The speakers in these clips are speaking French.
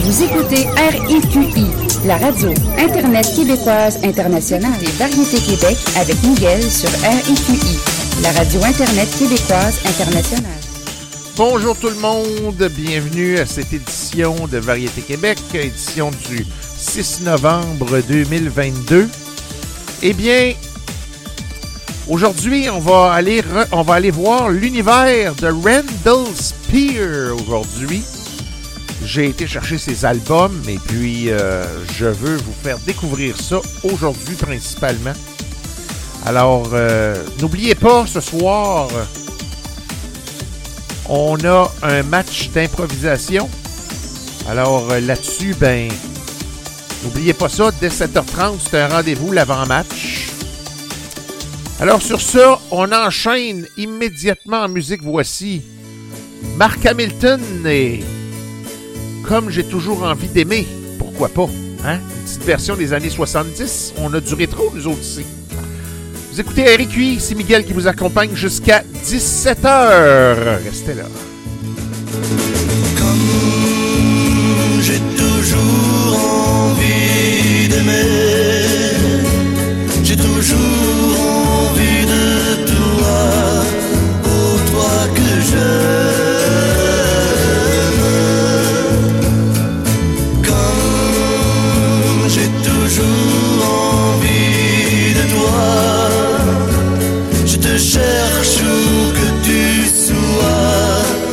Vous écoutez RIQI, la radio Internet québécoise internationale et Variété Québec avec Miguel sur RIQI, la radio Internet québécoise internationale. Bonjour tout le monde, bienvenue à cette édition de Variété Québec, édition du 6 novembre 2022. Eh bien, aujourd'hui, on va aller voir l'univers de Randall Spear aujourd'hui. J'ai été chercher ses albums et puis je veux vous faire découvrir ça aujourd'hui principalement. Alors, n'oubliez pas, ce soir, on a un match d'improvisation. Alors là-dessus, n'oubliez pas ça, dès 7h30, c'est un rendez-vous, l'avant-match. Alors sur ça, on enchaîne immédiatement en musique. Voici Mark Hamilton et Comme j'ai toujours envie d'aimer, pourquoi pas, hein? Une petite version des années 70, on a du rétro, nous autres ici. Vous écoutez RIQI, c'est Miguel qui vous accompagne jusqu'à 17h. Restez là. Comme j'ai toujours envie d'aimer, j'ai toujours envie de toi, oh toi que j'aime. Comme j'ai toujours envie de toi, je te cherche où que tu sois.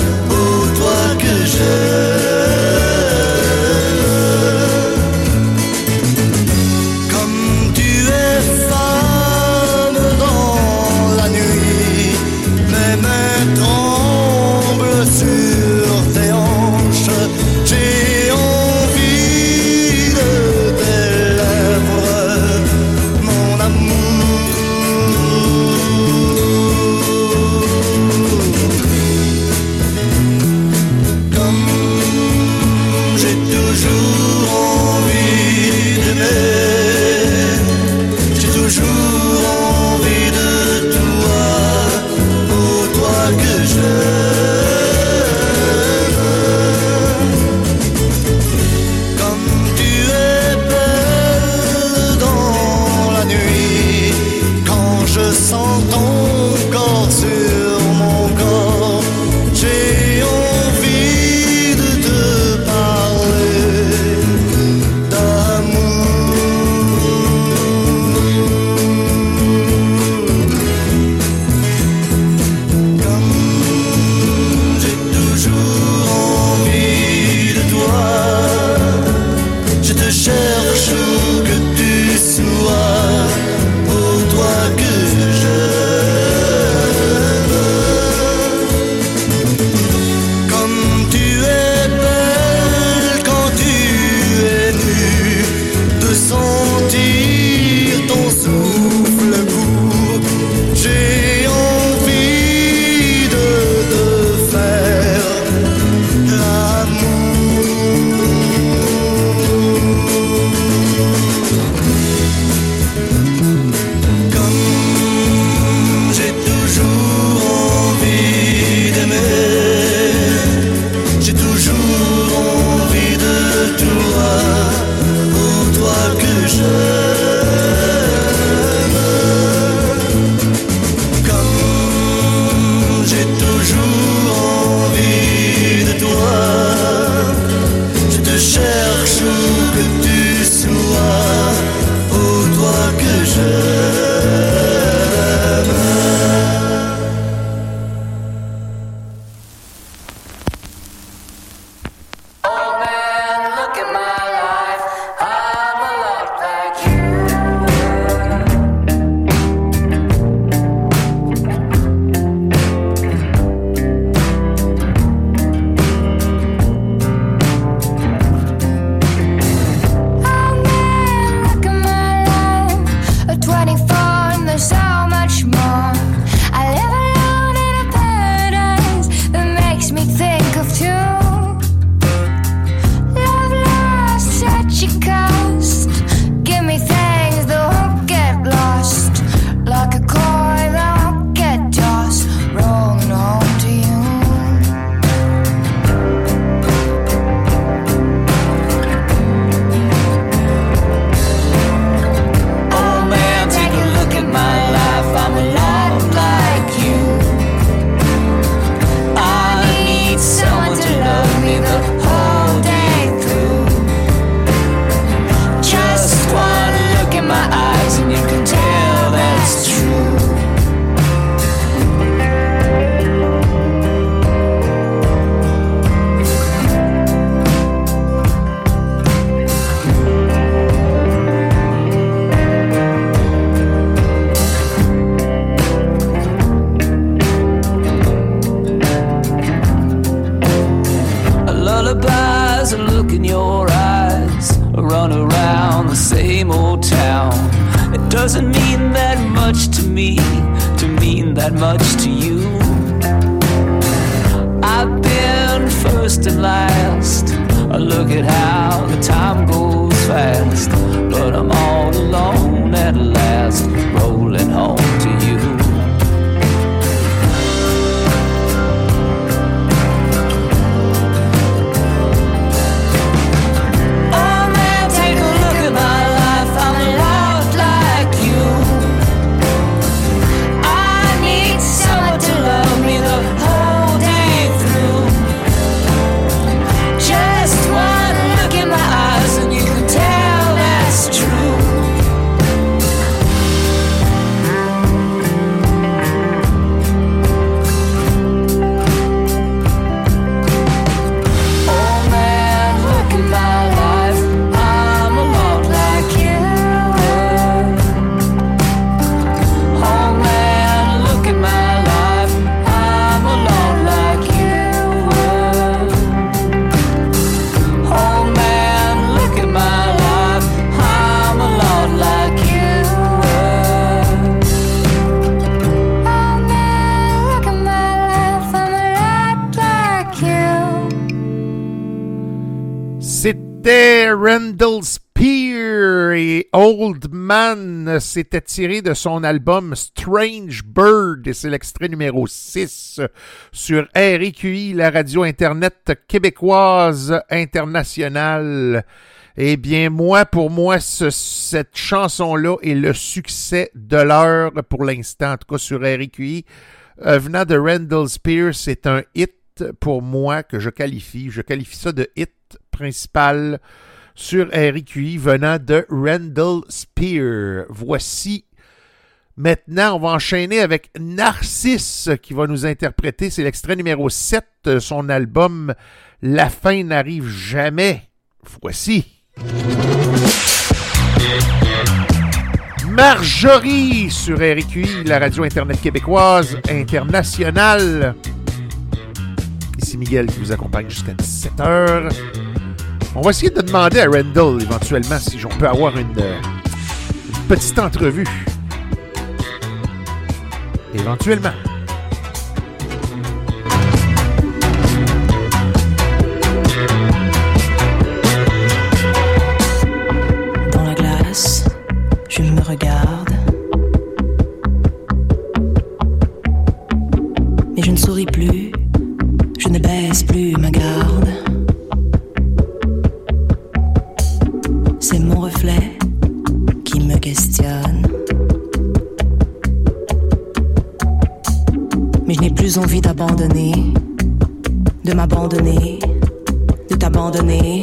lullabies, a look in your eyes, a run around the same old town. It doesn't mean that much to me, to mean that much to you. I've been first and last, a look at how the time goes fast, but I'm all alone at last, rolling home to you. C'était Randall Spear et Old Man. C'était tiré de son album Strange Bird et c'est l'extrait numéro 6 sur RIQI, la radio Internet québécoise internationale. Eh bien, pour moi, cette chanson-là est le succès de l'heure pour l'instant, en tout cas sur RIQI. Venant de Randall Spear, c'est un hit pour moi que je qualifie. Je qualifie ça de hit principal sur RIQI venant de Randall Spear. Voici maintenant, on va enchaîner avec Narcisse qui va nous interpréter. C'est l'extrait numéro 7 de son album La fin n'arrive jamais. Voici Marjorie sur RIQI, la radio Internet québécoise internationale. Ici Miguel qui vous accompagne jusqu'à 17h. On va essayer de demander à Randall éventuellement si on peut avoir une petite entrevue. Éventuellement. Dans la glace, je me regarde. Mais je ne souris plus, je ne baisse plus ma garde. C'est mon reflet qui me questionne. Mais je n'ai plus envie d'abandonner, de m'abandonner, de t'abandonner.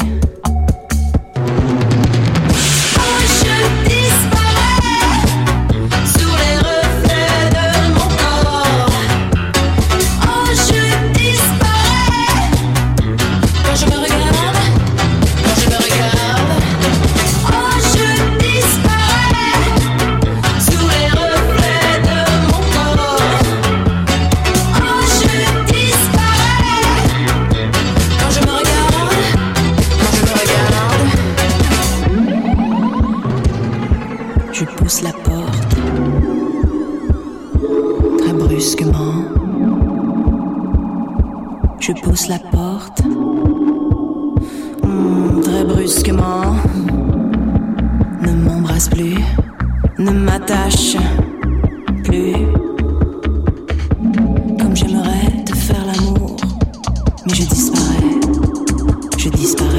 La porte très brusquement. Je pousse la porte très brusquement. Ne m'embrasse plus, ne m'attache plus. Comme j'aimerais te faire l'amour, mais je disparais, je disparais.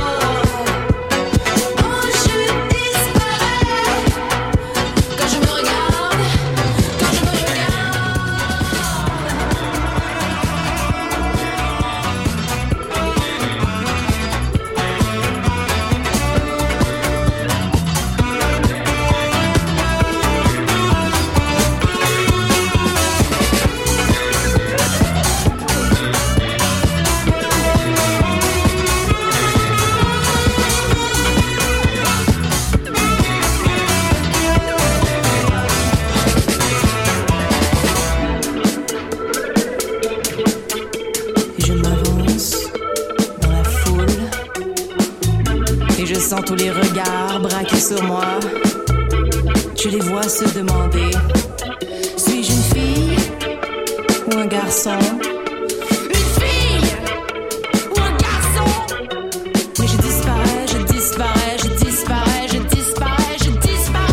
Quand je me regarde sur moi, je les vois se demander: suis-je une fille ou un garçon? Une fille ou un garçon? Mais je disparais, je disparais, je disparais, je disparais, je disparais.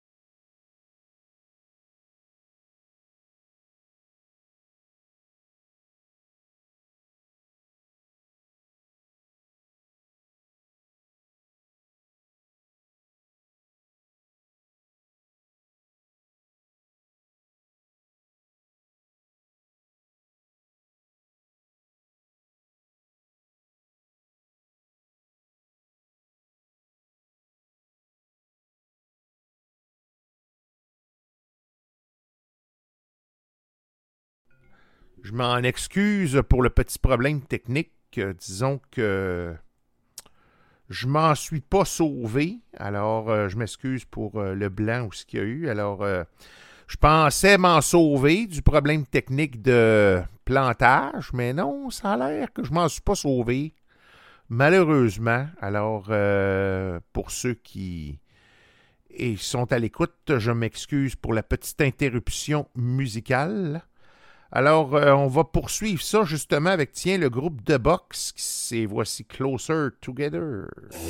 Je m'en excuse pour le petit problème technique. Disons que je m'en suis pas sauvé. Alors, je m'excuse pour le blanc ou ce qu'il y a eu. Alors, je pensais m'en sauver du problème technique de plantage, mais non, ça a l'air que je m'en suis pas sauvé. Malheureusement. Alors, pour ceux qui sont à l'écoute, je m'excuse pour la petite interruption musicale. Alors, on va poursuivre ça justement avec, tiens, le groupe de boxe. C'est voici Closer Together.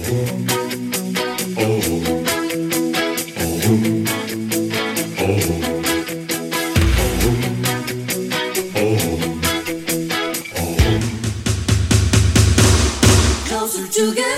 Closer together.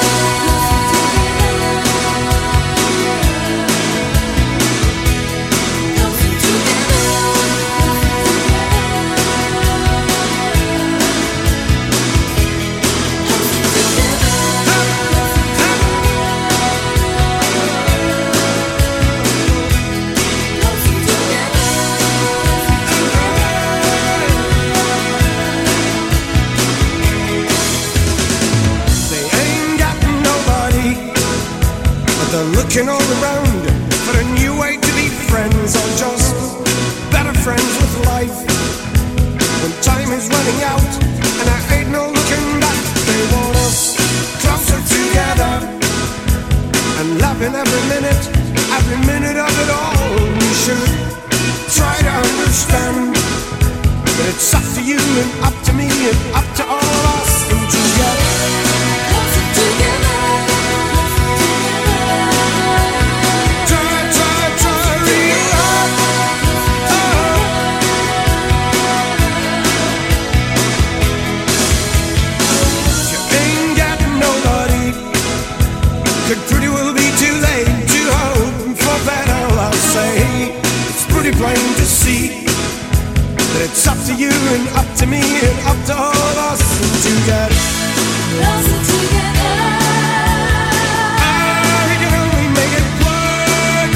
Looking all around for a new way to be friends, or just better friends with life. When time is running out and I ain't no looking back, they want us closer together and loving every minute of it all. We should try to understand that it's up to you and up to me and up to all of us, and to get closer together. Could pretty well be too late to hope for better, I'll say. It's pretty plain to see that it's up to you and up to me and up to all of us to get closer together. We can only make it work.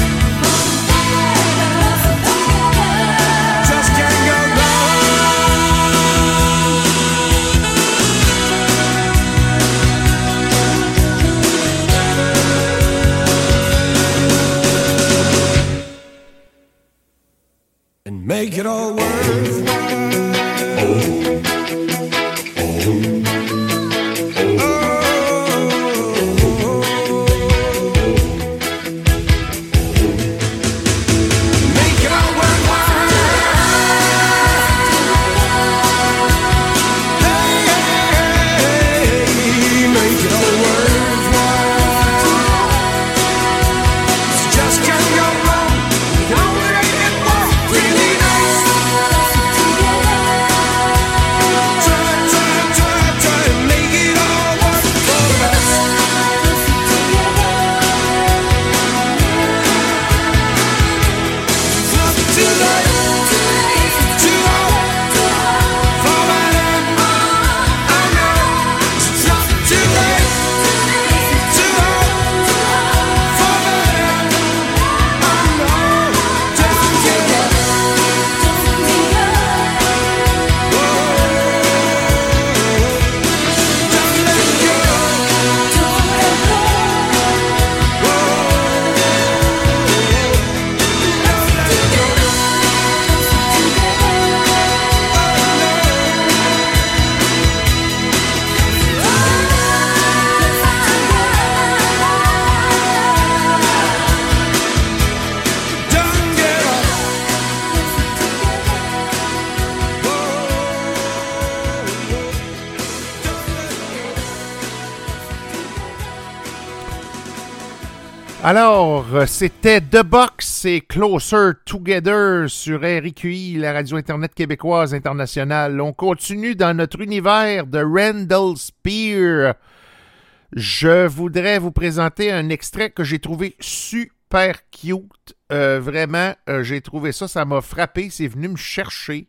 Just can't go wrong. And make it all worthwhile. Really nice. Alors, c'était The Box et Closer Together sur RIQI, la radio Internet québécoise internationale. On continue dans notre univers de Randall Spear. Je voudrais vous présenter un extrait que j'ai trouvé super cute. Vraiment, j'ai trouvé ça m'a frappé, c'est venu me chercher.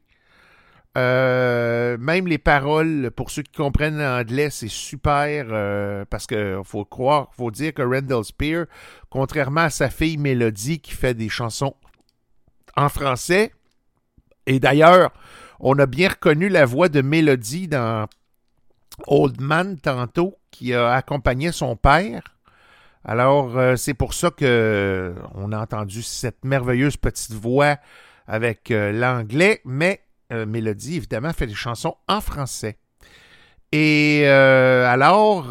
Même les paroles, pour ceux qui comprennent l'anglais, c'est super parce que faut dire que Randall Spear, contrairement à sa fille Mélodie qui fait des chansons en français, et d'ailleurs, on a bien reconnu la voix de Mélodie dans Old Man tantôt, qui a accompagné son père. Alors, c'est pour ça que on a entendu cette merveilleuse petite voix avec l'anglais, mais Mélodie, évidemment, fait des chansons en français. Et alors,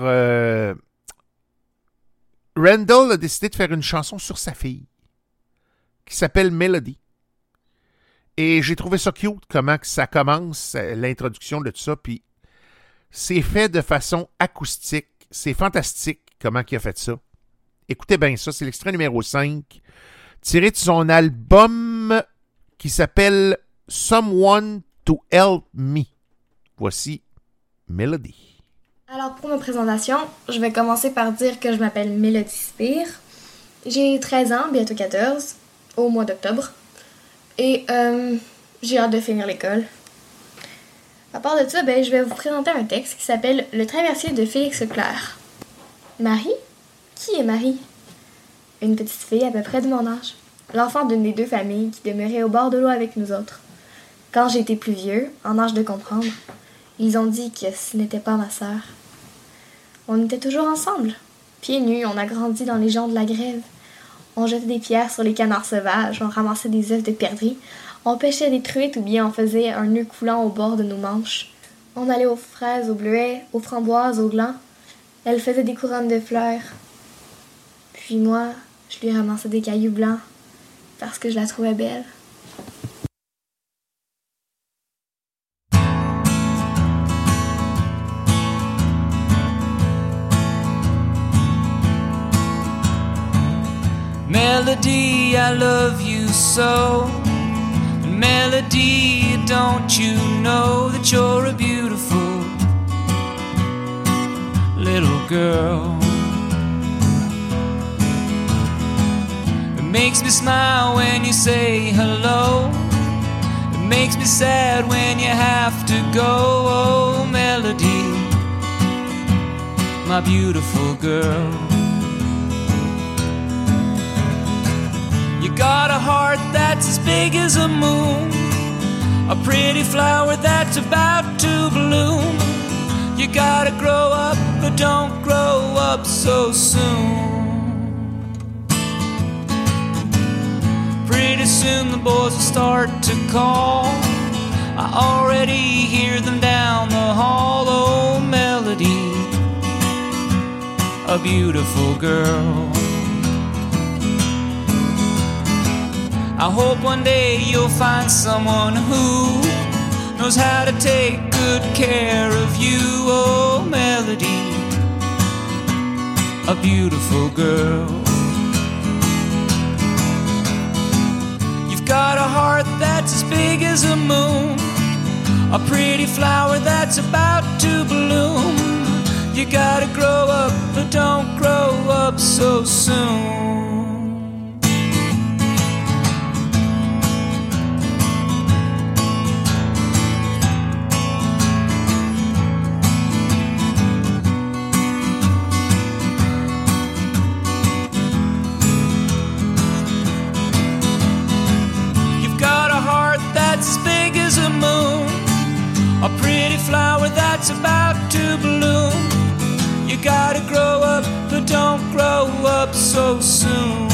Randall a décidé de faire une chanson sur sa fille, qui s'appelle Melody. Et j'ai trouvé ça cute, comment que ça commence, l'introduction de tout ça, puis c'est fait de façon acoustique. C'est fantastique, comment il a fait ça. Écoutez bien ça, c'est l'extrait numéro 5, tiré de son album qui s'appelle Someone to Help Me. Voici Melody. Alors pour ma présentation, je vais commencer par dire que je m'appelle Melody Spear. J'ai 13 ans, bientôt 14, au mois d'octobre. Et j'ai hâte de finir l'école. À part de ça, je vais vous présenter un texte qui s'appelle « Le traversier de Félix Leclerc ». Marie? Qui est Marie? Une petite fille à peu près de mon âge. L'enfant d'une des deux familles qui demeurait au bord de l'eau avec nous autres. Quand j'ai été plus vieux, en âge de comprendre, ils ont dit que ce n'était pas ma sœur. On était toujours ensemble. Pieds nus, on a grandi dans les gens de la grève. On jetait des pierres sur les canards sauvages, on ramassait des œufs de perdrix, on pêchait des truites ou bien on faisait un nœud coulant au bord de nos manches. On allait aux fraises, aux bleuets, aux framboises, aux glands. Elle faisait des couronnes de fleurs. Puis moi, je lui ramassais des cailloux blancs parce que je la trouvais belle. Melody, I love you so. Melody, don't you know that you're a beautiful little girl? It makes me smile when you say hello. It makes me sad when you have to go. Oh, Melody, my beautiful girl. You got a heart that's as big as a moon, a pretty flower that's about to bloom. You gotta grow up, but don't grow up so soon. Pretty soon the boys will start to call. I already hear them down the hall. Oh, Melody, a beautiful girl. I hope one day you'll find someone who knows how to take good care of you. Oh, Melody, a beautiful girl. You've got a heart that's as big as a moon, a pretty flower that's about to bloom. You gotta grow up, but don't grow up so soon. A pretty flower that's about to bloom. You gotta grow up, but don't grow up so soon.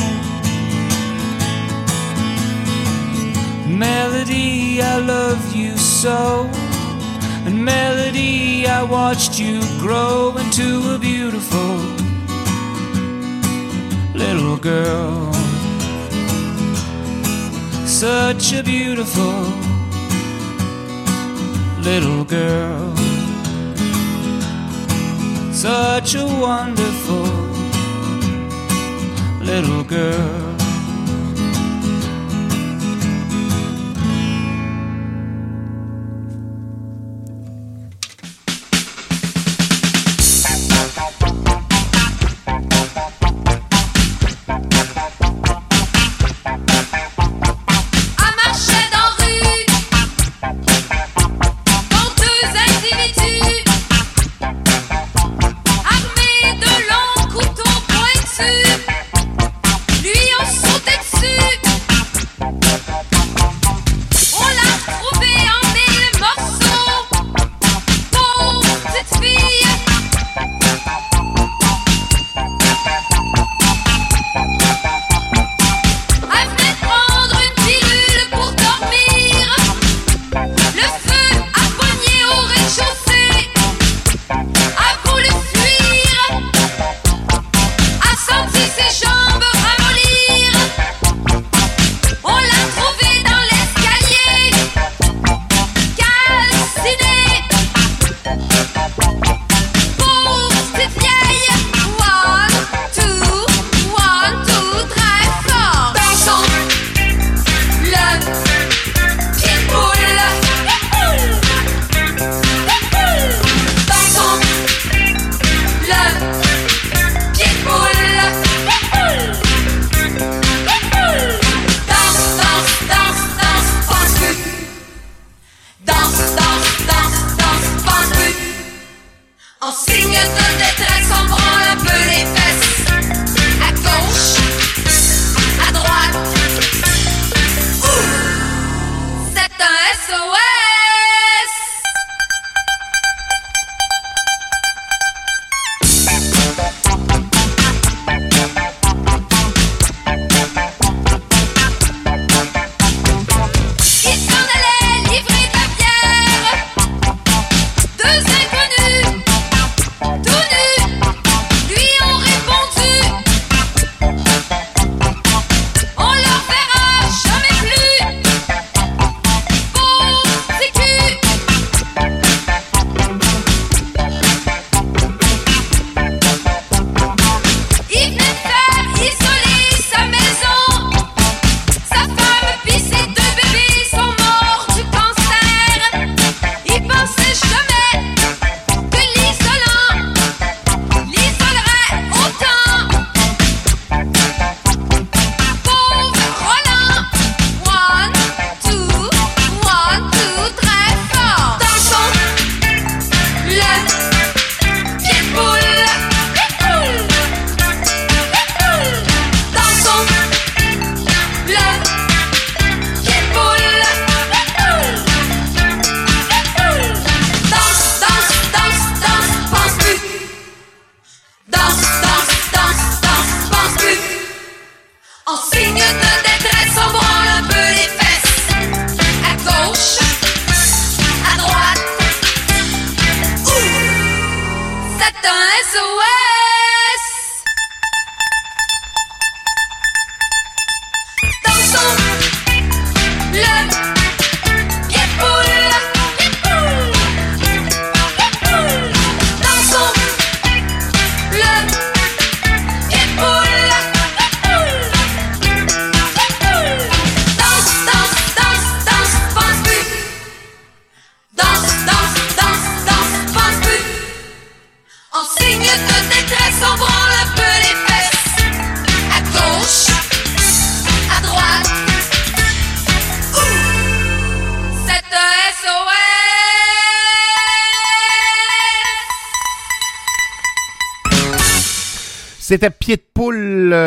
Melody, I love you so. And Melody, I watched you grow into a beautiful little girl. Such a beautiful little girl, such a wonderful little girl. C'était Pied de poule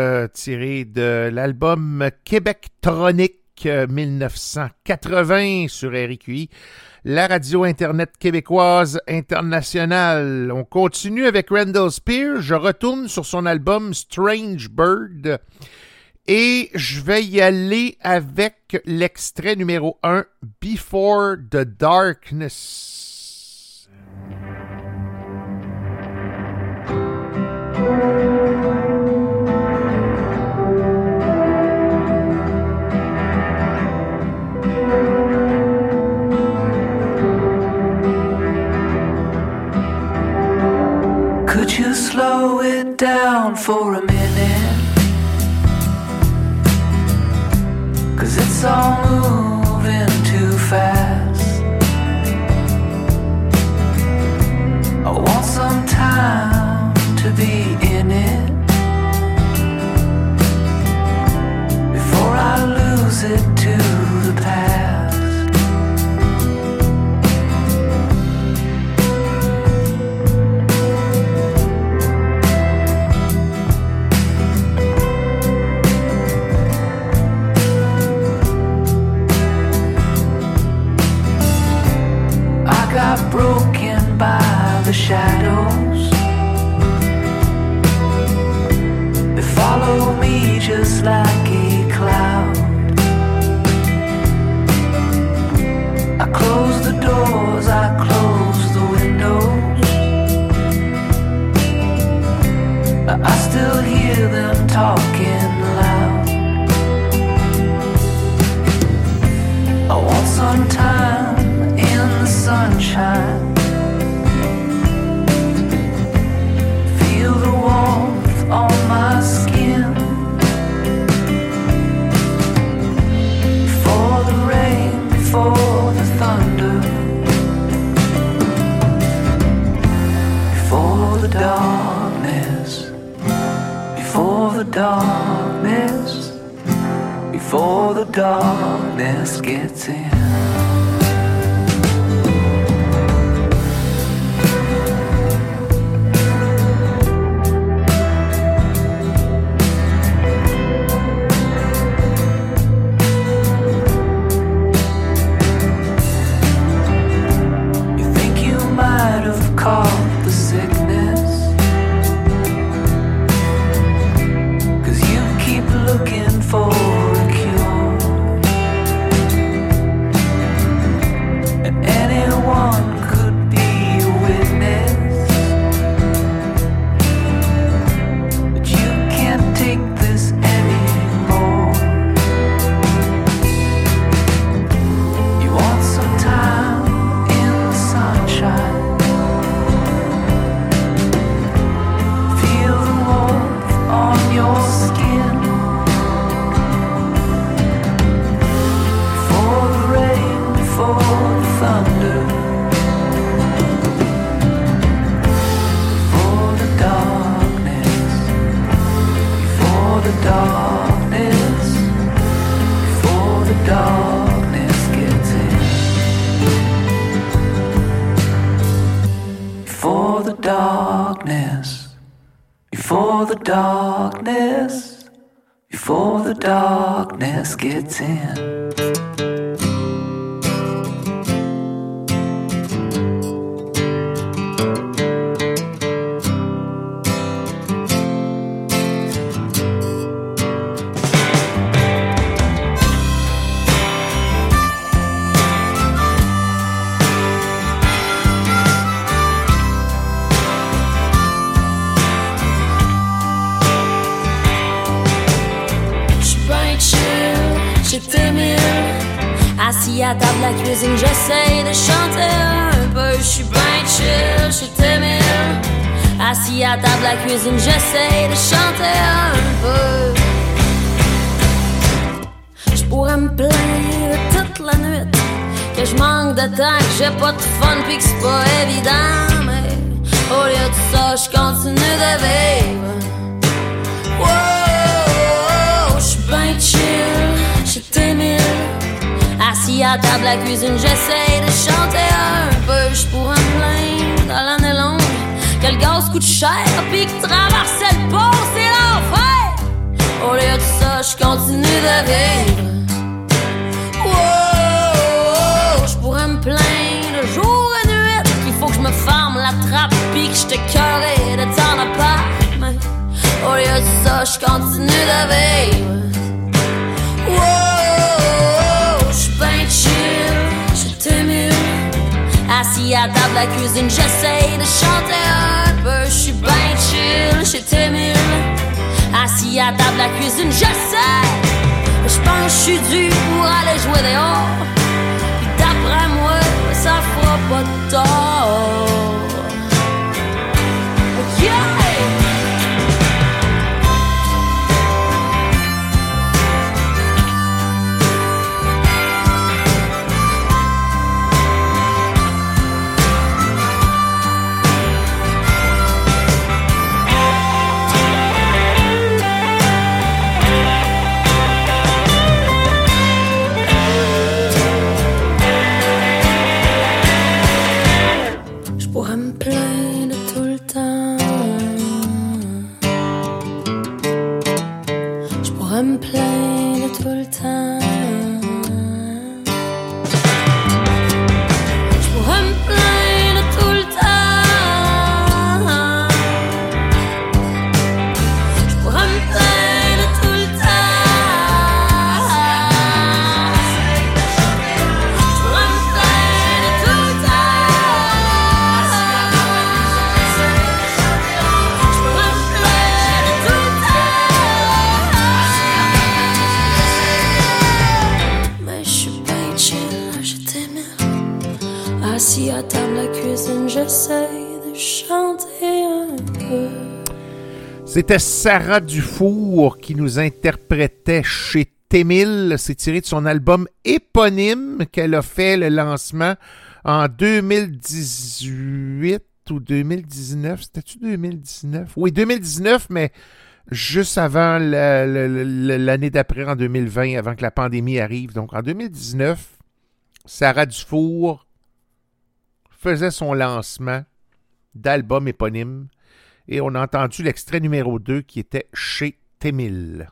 tiré de l'album Québectronique 1980 sur RIQI, la radio Internet québécoise internationale. On continue avec Randall Spear. Je retourne sur son album Strange Bird et je vais y aller avec l'extrait numéro 1, Before the Darkness. Could you slow it down for a minute? it's all moving too fast. I want some time to be in it before I lose it to the past. Got broken by the shadows. They follow me just like a cloud. I close the doors, I close the windows. I still hear them talking loud. I want some time in the sunshine. Feel the warmth on my skin before the rain, before the thunder, before the darkness, before the darkness, before the darkness gets in. Caught the sickness, 'cause you keep looking for a cure, and anyone could be a witness, but you can't take this anymore. You want some time in the sunshine. On your skin before the rain, before the thunder, before the darkness, before the darkness, before the darkness gets in, before the darkness. Before the darkness, before the darkness gets in. Assis à table la cuisine, j'essaye de chanter un peu. Je suis ben chill, j'suis timide. Assis à table la cuisine, j'essaye de chanter un peu. J'pourrais me plaindre toute la nuit que j'manque de temps, que j'ai pas de fun pis que c'est pas évident. Mais au lieu de ça, j'continue de vivre. Wow, j'suis ben chill, j'suis timide. Assis à table la cuisine, j'essaye de chanter un peu. J'pourrais me plaindre à l'année longue que le gaz coûte cher pis que traverser le pont c'est l'enfer. Au lieu de ça, j'continue de vivre. Wow, j'pourrais me plaindre jour et nuit qu'il faut que j'me ferme la trappe pis que j'te curé de temps à part. Mais au lieu de ça, j'continue de vivre. Wow, j'suis ben chill, j'suis timide. Assis à table la cuisine, j'essaye de chanter un peu. J'suis ben chill, j'suis timide. Assis à table la cuisine, j'essaie. J'pense j'suis dû pour aller jouer dehors. Pis d'après moi, ça fera pas de tort. Yeah! Je pourrais me plaindre tout le temps. Je pourrais me plaindre tout le temps. Je pourrais me plaindre tout le temps. Je pourrais me plaindre tout le temps. Mais je suis bien chill, je t'aime. Assis à table la cuisine, j'essaye de chanter un peu. C'était Sarah Dufour qui nous interprétait chez Témil. C'est tiré de son album éponyme qu'elle a fait le lancement en 2018 ou 2019. C'était-tu 2019? Oui, 2019, mais juste avant l'année d'après, en 2020, avant que la pandémie arrive. Donc, en 2019, Sarah Dufour faisait son lancement d'album éponyme et on a entendu l'extrait numéro 2 qui était chez Témil.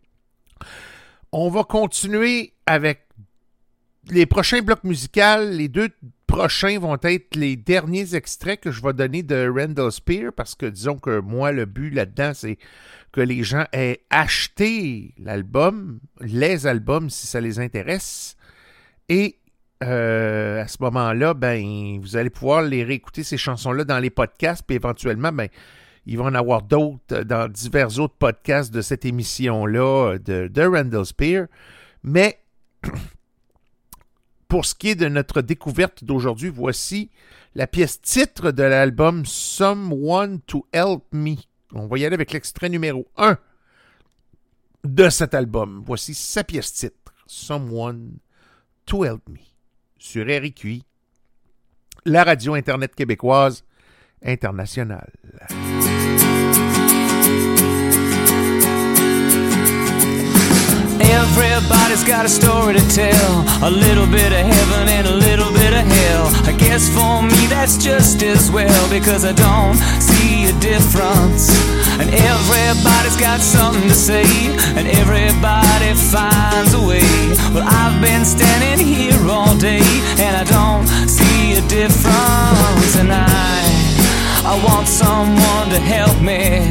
On va continuer avec les prochains blocs musicaux. Les 2 prochains vont être les derniers extraits que je vais donner de Randall Spear parce que disons que moi, le but là-dedans, c'est que les gens aient acheté l'album, les albums si ça les intéresse. Et à ce moment-là, ben, vous allez pouvoir les réécouter, ces chansons-là, dans les podcasts, puis éventuellement, ben, il va en avoir d'autres dans divers autres podcasts de cette émission-là de Randall Spear. Mais pour ce qui est de notre découverte d'aujourd'hui, voici la pièce titre de l'album Someone to Help Me. On va y aller avec l'extrait numéro 1 de cet album. Voici sa pièce titre, Someone to Help Me, sur RIQI, la radio Internet québécoise internationale. Everybody's got a story to tell, a little bit of heaven and a little bit of hell. I guess for me that's just as well, because I don't see a difference. And everybody's got something to say, and everybody finds a way. Well, I've been standing here all day, and I don't see a difference. And I want someone to help me.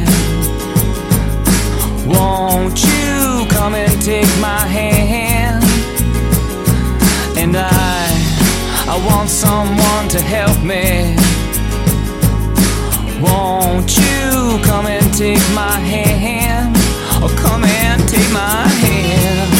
Won't you come and take my hand? And I want someone to help me. Won't you come and take my hand? Or come and take my hand?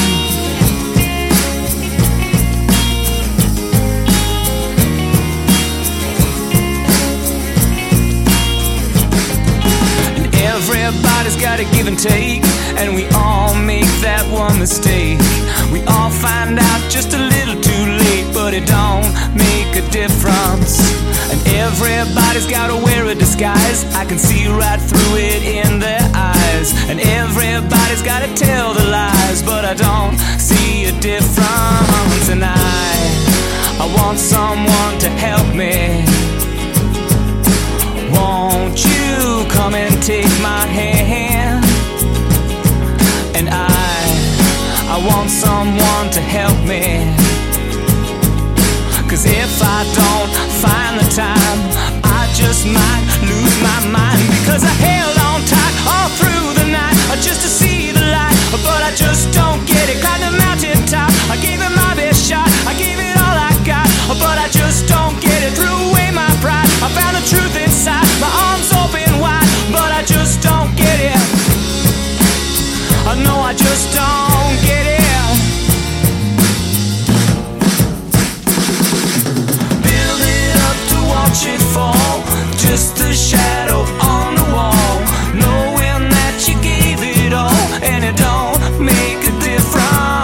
And everybody's got a give and take, and we all make that one mistake. We all find out just a little too late, but it don't make a difference. And everybody's gotta wear a disguise, I can see right through it in their eyes. And everybody's gotta tell the lies, but I don't see a difference. And I want someone to help me. Won't you come and take my hand? And I want someone to help me. 'Cause if I don't find the time, I just might lose my mind. Because I held on tight all through the night, just to see the light, but I just don't get it. Climbed the mountain top, I gave it my best shot, I gave it all I got, but I just don't get it. Threw away my pride, I found the truth inside, my arms open wide, but I just don't get it. I know I just don't get it. Build it up to watch it fall, just a shadow on the wall, knowing that you gave it all, and it don't make a difference.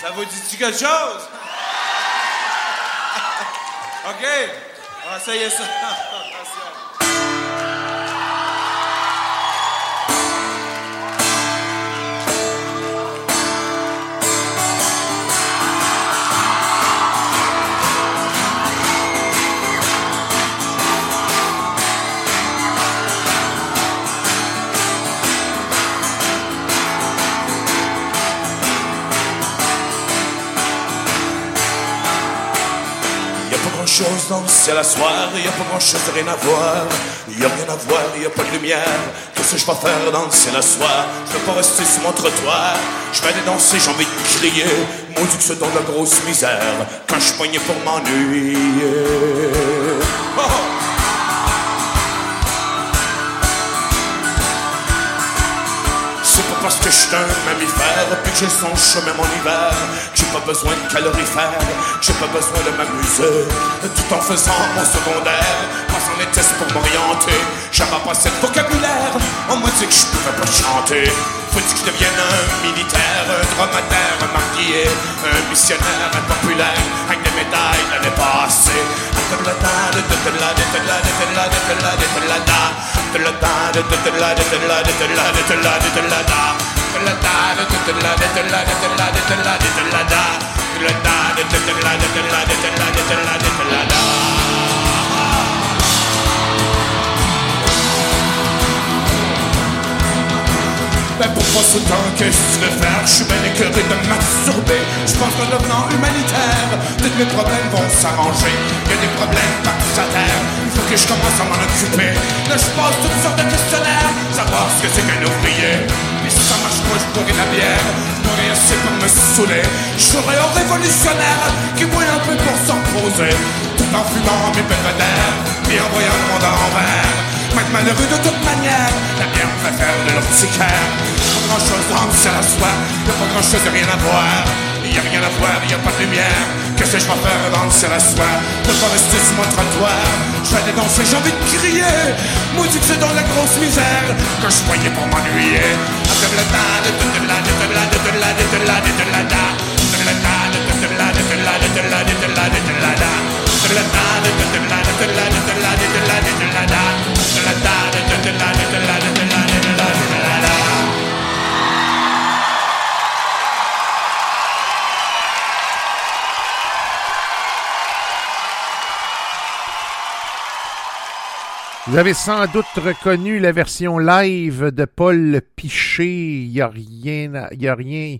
Ça vous dit quelque chose? OK. On va essayer ça. Chose dans le ciel à soir, y a pas grand chose, rien à voir. Y a rien à voir, y a pas de lumière. Qu'est-ce que je vais faire dans le ciel à soir? Je vais pas rester sur mon trottoir. Je vais aller danser, j'ai envie de crier. Maudit que c'est dans la grosse misère. Quand je suis poigné pour m'ennuyer. Oh! C'est pas parce que je suis un mammifère puis que j'ai son chemin mon hiver. J'ai pas besoin de calorifères, j'ai pas besoin de m'amuser. Tout en faisant mon secondaire, passant les tests pour m'orienter. J'avais pas assez de vocabulaire, on m'a dit que je pouvais pas chanter. Faut-il que je devienne un militaire, un dromadaire, un marquillé, un missionnaire, un populaire, avec des médailles l'année passée. Ben pourquoi ce temps, qu'est-ce que tu veux faire? Je suis bien écœuré de m'absorber. Je pense qu'en devenant humanitaire, tous mes problèmes vont s'arranger. Il y a des problèmes partout à terre, il faut que je commence à m'en occuper. Là je passe toutes sortes de questionnaires, savoir ce que c'est qu'un ouvrier. Et si ça marche pas, je boirai la bière, je boirai assez pour me saouler. Je serai un révolutionnaire qui boit un peu pour s'en reposer, tout en fumant mes belvédères, puis en voyant le monde à l'envers. Être malheureux de toute manière, la bière me fait faire de l'urticaire. Pas grand chose dans le ciel à soi, y'a pas grand chose, y'a rien à voir. Y'a rien à voir, y'a pas de lumière. Qu'est-ce que je vais faire dans le ciel à soi? Je peux pas rester sur mon trottoir. Je vais aller danser, j'ai envie de crier. Maudit que c'est dans la grosse misère que je voyais pour m'ennuyer. Vous avez sans doute reconnu la version live de Paul Piché. Il y a rien.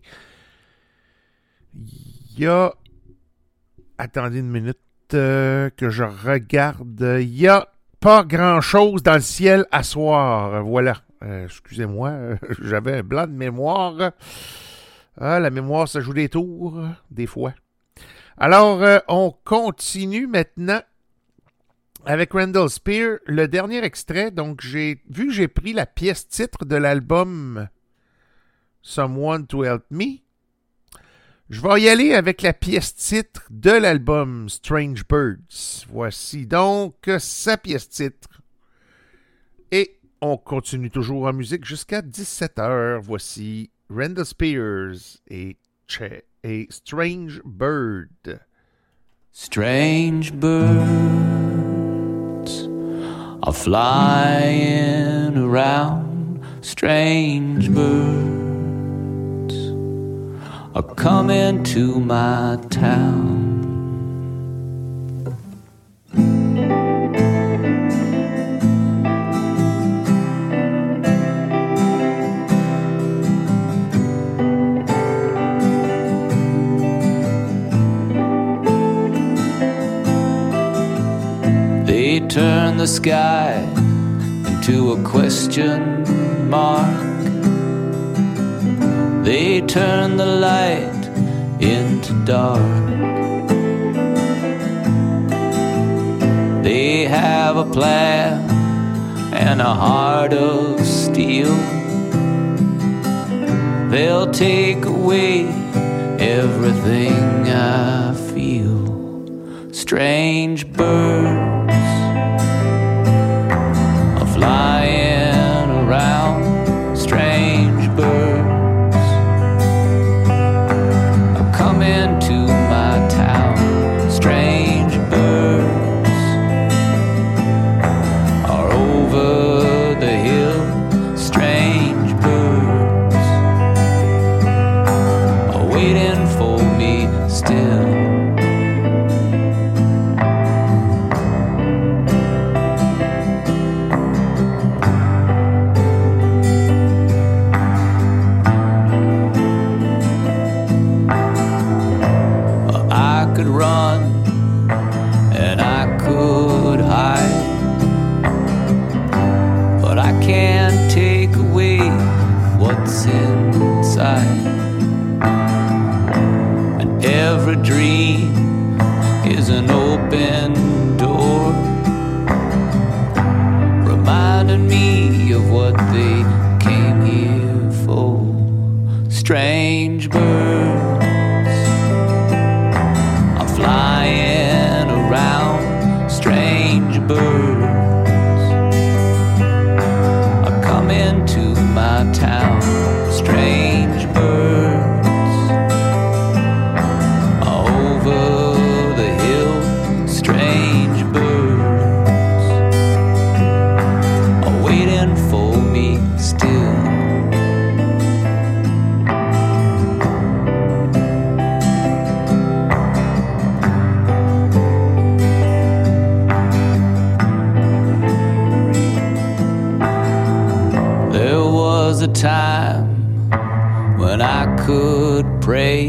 Attendez une minute que je regarde. Il y a pas grand-chose dans le ciel à soir. Voilà. Excusez-moi, j'avais un blanc de mémoire. Ah, la mémoire, ça joue des tours, des fois. Alors, on continue maintenant avec Randall Spear, le dernier extrait. Donc, vu que j'ai pris la pièce titre de l'album Someone to Help Me, je vais y aller avec la pièce titre de l'album Strange Birds. Voici donc sa pièce titre. Et on continue toujours en musique jusqu'à 17h. Voici Randall Spears et Strange Bird. Strange birds are flying around. Strange birds are coming to my town. They turn the sky into a question mark. They turn the light into dark. They have a plan and a heart of steel. They'll take away everything I feel. Strange birds are flying around. Strange birds are coming can't take away what's inside. And every dream is an open door, reminding me of what they came here for. Strange birds are flying around. Strange birds are coming to my town. Strange birds are over the hill. Strange birds are waiting for me still. A time when I could pray,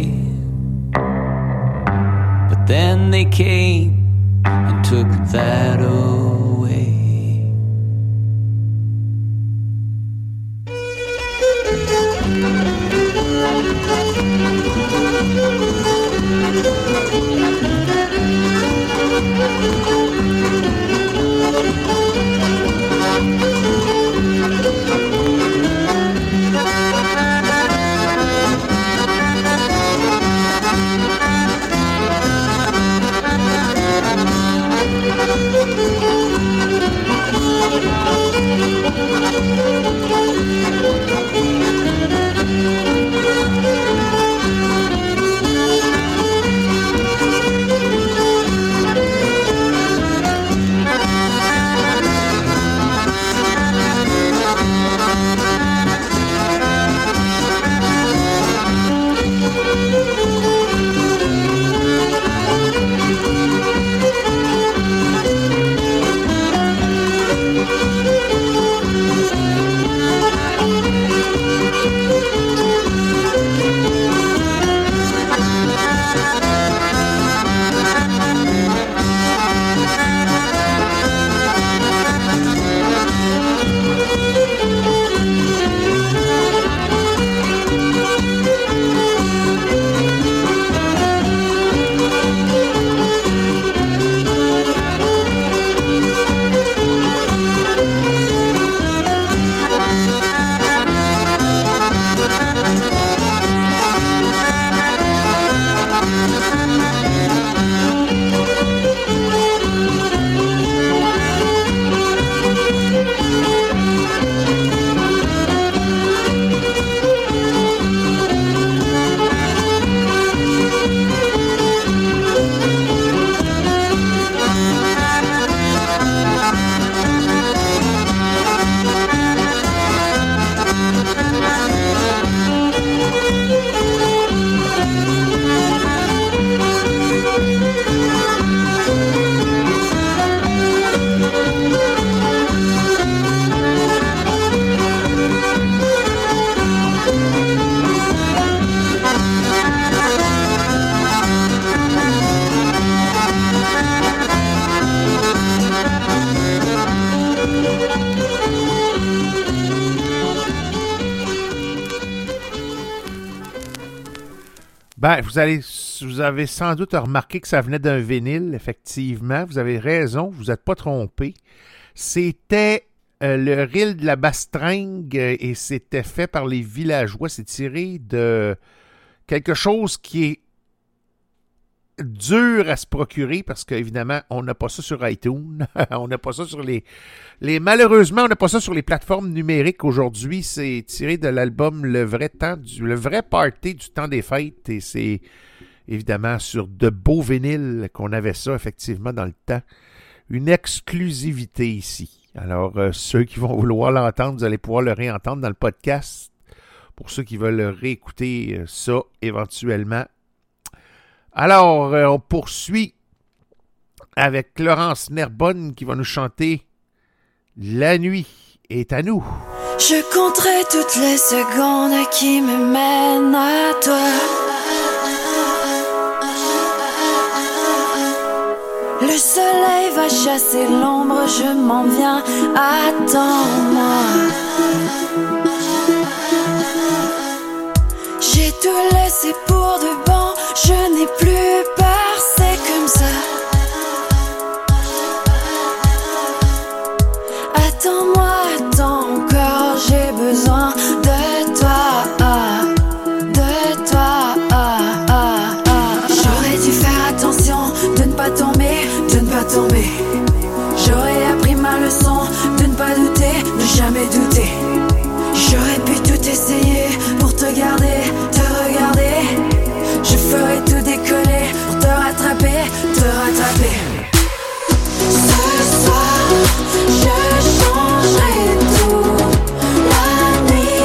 but then they came and took that away. Ben, vous avez sans doute remarqué que ça venait d'un vinyle, effectivement. Vous avez raison, vous n'êtes pas trompé. C'était le reel de la Bastringue et c'était fait par les Villageois. C'est tiré de quelque chose qui est dur à se procurer parce qu'évidemment, on n'a pas ça sur iTunes. On n'a pas ça sur malheureusement, on n'a pas ça sur les plateformes numériques aujourd'hui. C'est tiré de l'album Le vrai party du temps des fêtes et c'est évidemment sur de beaux vinyles qu'on avait ça effectivement dans le temps. Une exclusivité ici. Alors, ceux qui vont vouloir l'entendre, vous allez pouvoir le réentendre dans le podcast. Pour ceux qui veulent réécouter ça éventuellement. Alors, on poursuit avec Laurence Nerbonne qui va nous chanter « La nuit est à nous ». Je compterai toutes les secondes qui me mènent à toi. Le Le soleil va chasser l'ombre, je m'en viens, attends-moi. J'ai tout laissé pour de bon, je n'ai plus peur, c'est comme ça. Attends-moi, attends encore, j'ai besoin de toi, de toi. J'aurais dû faire attention de ne pas tomber, de ne pas tomber. J'aurais appris ma leçon, de ne pas douter, ne jamais douter. J'aurais pu tout essayer pour te garder, te regarder. Je ferais tout décoller pour te rattraper, te rattraper. Ce soir, je changerai tout. La nuit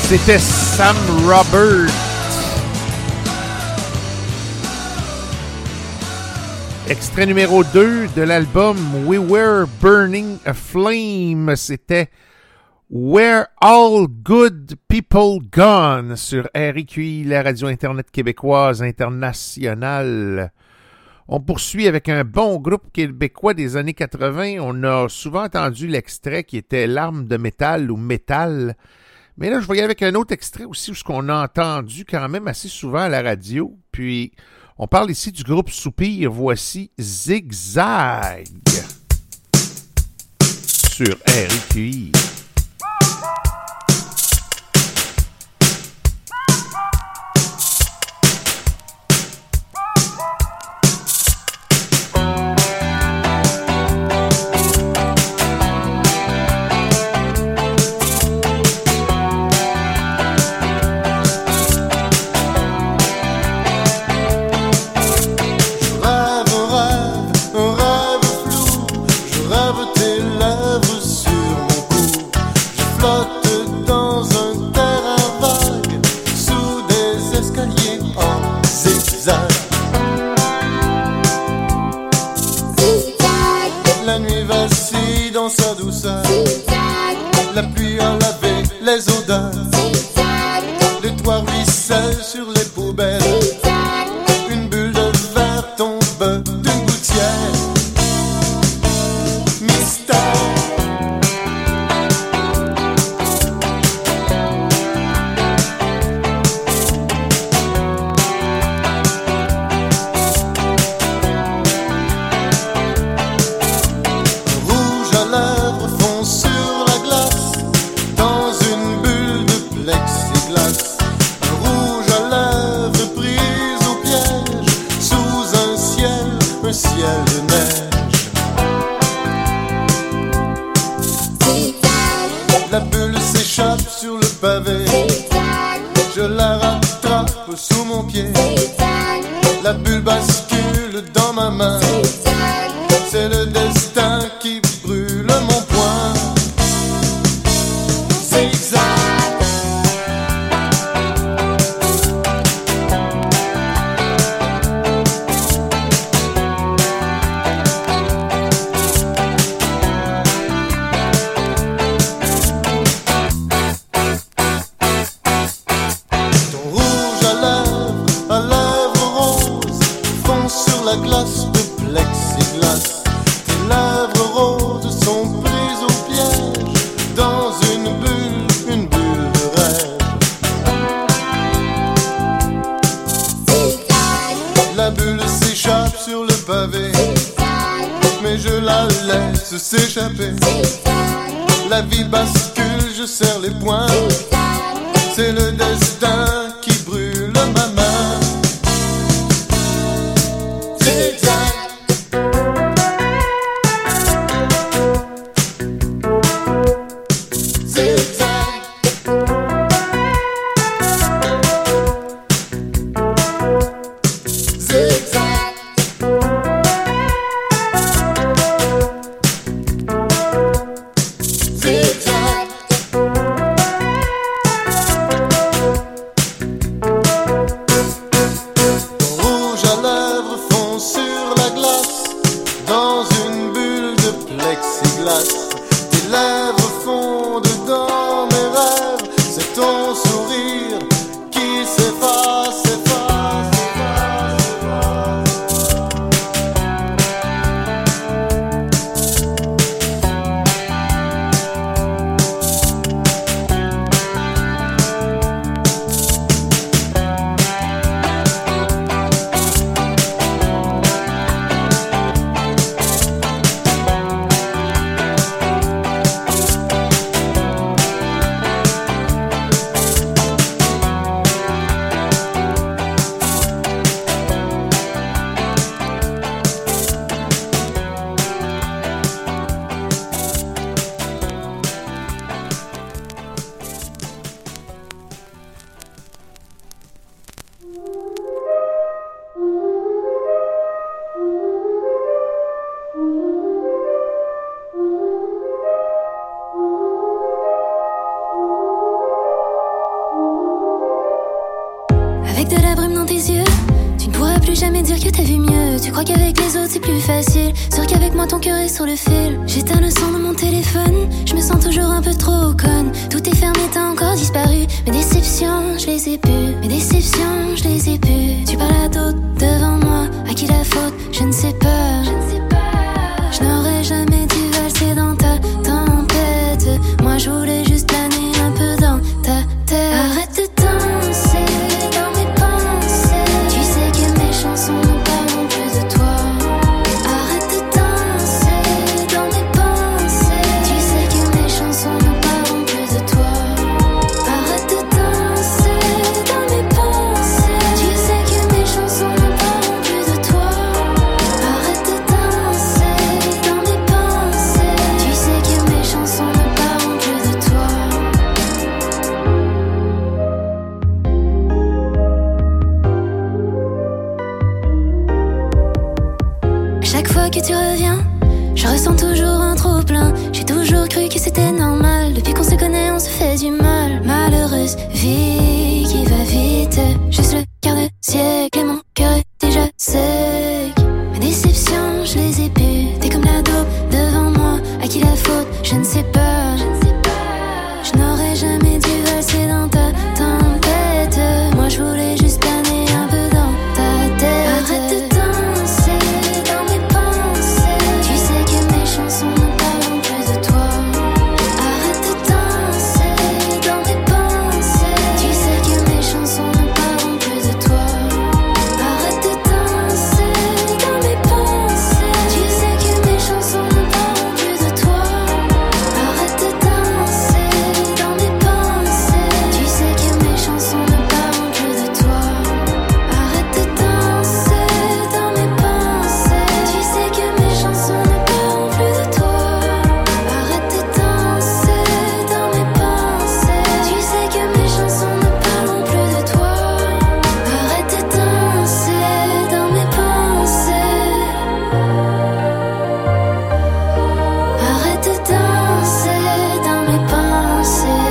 C'était Sam Roberts. Extrait numéro 2 de l'album We Were Burning a Flame. C'était Where All Good People Gone sur RIQI, la radio Internet québécoise internationale. On poursuit avec un bon groupe québécois des années 80. On a souvent entendu l'extrait qui était L'arme de métal ou Métal. Mais là, je vais y aller avec un autre extrait aussi, où ce qu'on a entendu quand même assez souvent à la radio. Puis, on parle ici du groupe Soupir. Voici Zigzag sur RIQI. La nuit vacille dans sa douceur. La pluie a lavé les odeurs. Les toits ruissellent sur les poubelles. Une bulle de verre tombe d'une gouttière. Mystère. La bulle s'échappe sur le pavé. Je la rattrape sous mon pied. La bulle bascule dans ma main. C'est le destin qui brûle mon poing. Zigzag. La glace de plexiglas, tes lèvres roses sont prises au piège dans une bulle de rêve. La bulle s'échappe sur le pavé, mais je la laisse s'échapper. La vie bascule, je serre les poings. C'est le destin qui brûle ma main. les yeux. Tu ne pourras plus jamais dire que t'as vu mieux. Tu crois qu'avec les autres c'est plus facile. Sûr qu'avec moi ton cœur est sur le fil. J'éteins le son de mon téléphone. Je me sens toujours un peu trop conne. Tout est fermé, t'as encore disparu. Mes déceptions, je les ai pu. Mes déceptions, je les ai pu. Tu parles à d'autres devant moi. À qui la faute, je ne sais pas. Je n'aurais jamais dû valser dans ta tempête. Moi je voulais juste planer un peu dans ta tête. Arrête de danser dans mes pensées. Tu sais que mes chansons ne parlent plus de toi. Arrête de danser dans mes pensées. Tu sais que mes chansons ne parlent plus de toi. Arrête de danser dans mes pensées. Tu sais que mes chansons ne parlent plus de toi. Arrête de danser dans mes pensées. Tu sais que mes chansons ne parlent plus de toi. Chaque fois que tu reviens, je ressens toujours un trop-plein. J'ai toujours cru que c'était normal. Depuis qu'on se connaît, on se fait du mal. Malheureuse vie qui va vite. Juste le quart de siècle et mon cœur est déjà sec. Mes déceptions, je les ai pu. T'es comme la dope devant moi. À qui la faute, je ne sais pas. Je n'aurais jamais dû valser dans ta tempête. Moi je voulais juste planer un peu dans ta tête. Arrête de danser dans mes pensées. Tu sais que mes chansons ne parlent plus de toi. Arrête de danser dans mes pensées. Tu sais que mes chansons ne parlent plus de toi. Arrête de danser dans mes pensées. Tu sais que mes chansons ne parlent plus de toi. Arrête de danser dans mes pensées. Tu sais que mes chansons ne parlent plus de toi. Arrête de danser dans mes pensées. Tu sais que mes chansons ne parlent plus de toi. Arrête de danser dans mes pensées. Tu sais que mes chansons ne parlent plus de toi. Arrête de danser dans mes pensées. Arrête de danser dans mes pensées.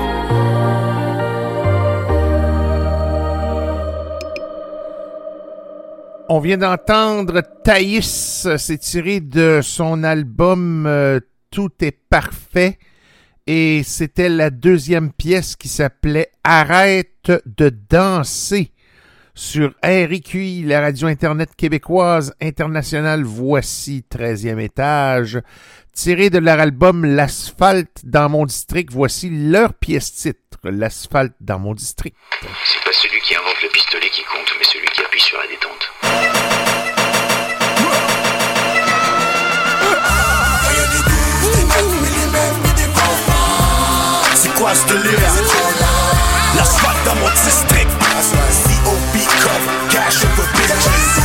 On vient d'entendre Thaïs, c'est tiré de son album Tout est parfait et c'était la deuxième pièce qui s'appelait Arrête de danser sur RIQI, la radio internet québécoise internationale. Voici 13e étage, tiré de leur album L'asphalte dans mon district. Voici leur pièce titre, L'asphalte dans mon district. C'est pas celui qui invente le pistolet qui compte, mais celui qui appuie sur la détente. C'est quoi ce délire? L'asphalte dans mon district. C.O.B. Cup, cash over bitches.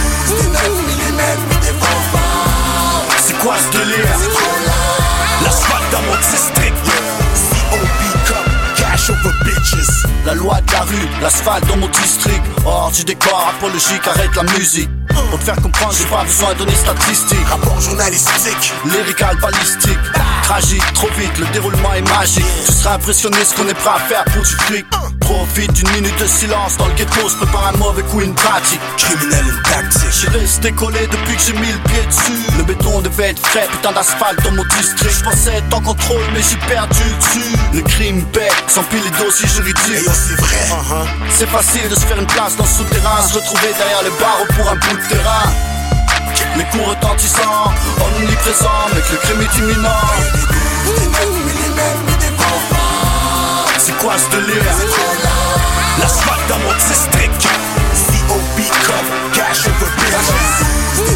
C'est quoi ce délire? L'asphalte dans mon district. C.O.B. Cup, cash over bitches. La loi de la rue, l'asphalte dans mon district. Hors du décor apologique, arrête la musique. Pour te faire comprendre, j'ai pas besoin de donner statistiques. Rapport journalistique, lyrical balistique. Tragique, trop vite, le déroulement est magique. Tu seras impressionné ce qu'on est prêt à faire pour du fric. Profite d'une minute de silence dans le ghetto, se prépare un mauvais coup, une pratique. Criminel, une tactique. J'ai resté collé depuis que j'ai mis le pied dessus. Le béton devait être frais, putain d'asphalte dans mon district. Je pensais être en contrôle, mais j'ai perdu le dessus. Le crime bec, s'empile les dossiers juridiques. Et c'est vrai, c'est facile de se faire une place dans le souterrain, se retrouver derrière les barreaux pour un bout de terrain. Les coups retentissants, omniprésents, mais que le crime est imminent. C'est quoi ce délire? L'asphalte dans mon district. C.O.B. Cup, cash over bitches.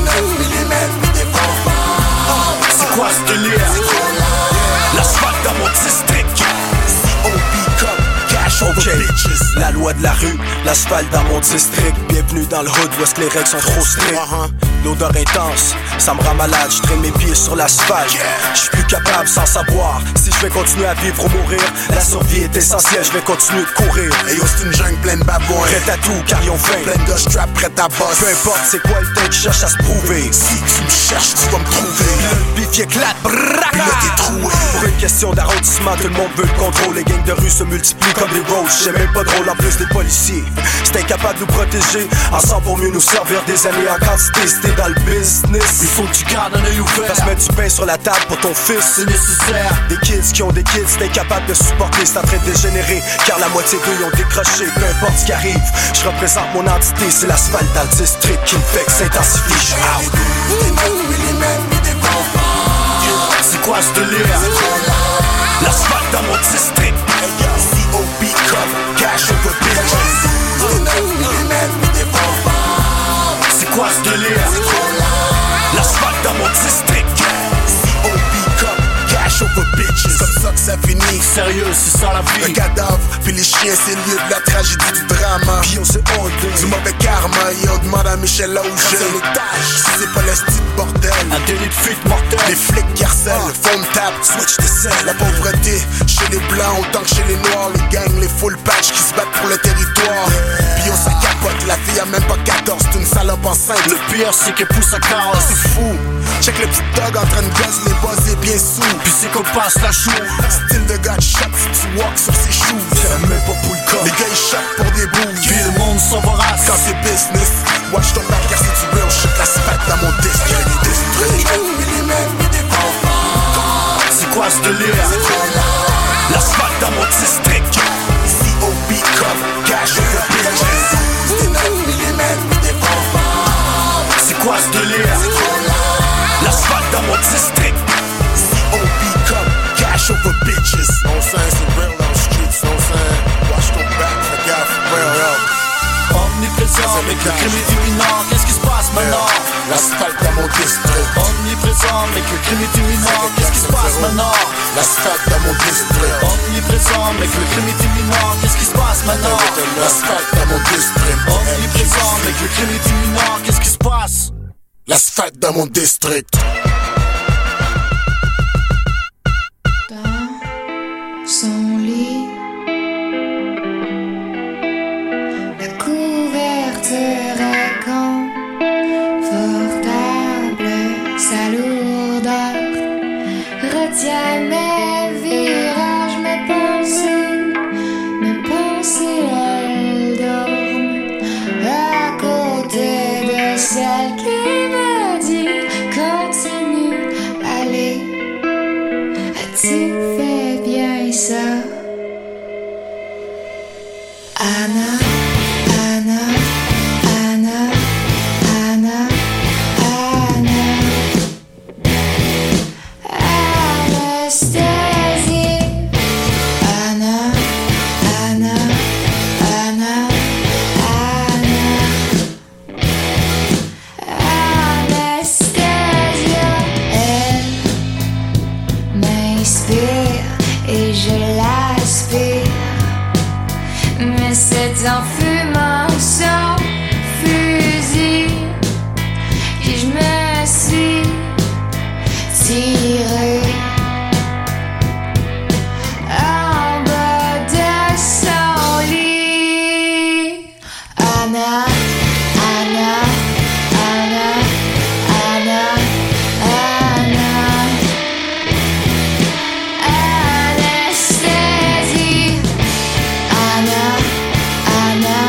C'est quoi ce délire? L'asphalte dans mon district. C.O.B. Cup, cash over bitches. La loi de la rue, l'asphalte dans mon district. Bienvenue dans le hood où est-ce que les règles sont trop strictes. L'odeur intense, ça me rend malade. Je traîne mes pieds sur l'asphalte. Je suis plus capable sans savoir si je vais continuer à vivre ou mourir. La survie est essentielle, je vais continuer de courir. Et c'est une jungle pleine de babouins, prête à tout car ils ont faim. Pleine de straps, prête à boss. Peu importe c'est quoi le temps qui cherche à se prouver. Si tu me cherches, tu vas me trouver. Le bif qui éclate. Puis là t'es troué. Pour une question d'arrondissement, tout le monde veut le contrôle. Les gangs de rue se multiplient comme des roses. C'est même pas drôle, en plus les policiers c'est incapable de nous protéger. Ensemble pour mieux nous servir des années en quantité. Si t'es dans le business, il faut que tu gardes un œil ouvert. Parce que mettre du pain sur la table pour ton fils, c'est nécessaire. Des kids qui ont des kids, c'est incapable de supporter. C'est en train de dégénérer, car la moitié d'eux ont décroché. Peu importe ce qui arrive, je représente mon entité. C'est l'asphalte dans le district qui me fait que s'intensifie. C'est quoi ce délire? L'asphalte dans mon district. C.O.B. comme cash over bitches. C'est quoi ce délire? L'asphalte dans mon district. C.O.B. comme cash over bitches. C'est comme ça que ça finit. Sérieux, c'est ça la vie. Le cadavre, puis les chiens, c'est le lieu de la tragédie du drama. Puis on se honte du mauvais karma. Et on demande à Michel là où j'ai l'étage. Si c'est pas l'esti de bordel, un délit de fuite mortel. Les flics qui harcèlent, phone tap, switch de selle. La pauvreté chez les blancs autant que chez les noirs. Les gangs, les full patch qui se battent pour le territoire. Puis on s'accapote, la fille a même pas 14, c'est une salope enceinte. Le pire c'est qu'elle pousse à carrosse, c'est fou. Check le petit dog en train de gosser, les boss est bien sous. Puis c'est qu'on passe la chou. Style de gars de shot si tu walk sur ses choux. C'est même pas pour le corps. Les gars ils shot pour des boules. Puis le monde s'en vorace quand c'est business. Watch ton back car si tu veux on shot l'asphalte dans mon district. C'est quoi ce délire? L'asphalte dans mon district. C.O.B. comme cash over bitches. C'est quoi ce délire? L'asphalte dans mon district. C.O.B. comme cash over bitches. No saying c'est real dans the streets. No saying watch ton back, fais gaffe, real yo. Omniprésent, mais que le crime est imminent. Qu'est-ce qui se passe maintenant? L'asphalte dans mon district. Omniprésent, mais que le crime est imminent. Qu'est-ce qui se passe maintenant? L'asphalte dans mon district. Omniprésent, mais que le crime est imminent. Qu'est-ce qui se passe maintenant? L'asphalte dans mon district. Omniprésent, mais que le crime est imminent. Qu'est-ce qui se passe? L'asphalte dans mon district. Dans son lit, la couverture est confortable, sa lourdeur retient mes virages, mes pensées elles dorment à côté de celle qui me dit continue, allez, tu fais bien ça. Anna, Anna, Anna, Anna, Anna, Anastasie. Anna, Anna, Anna, Anna, Anastasia. Elle m'inspire et je l'aspire. Mais c'est en fumant son fusil que je me suis tiré en bas de son lit. Anna, Anna, Anna, Anna, Anna, Anastasie. Anna, Anna,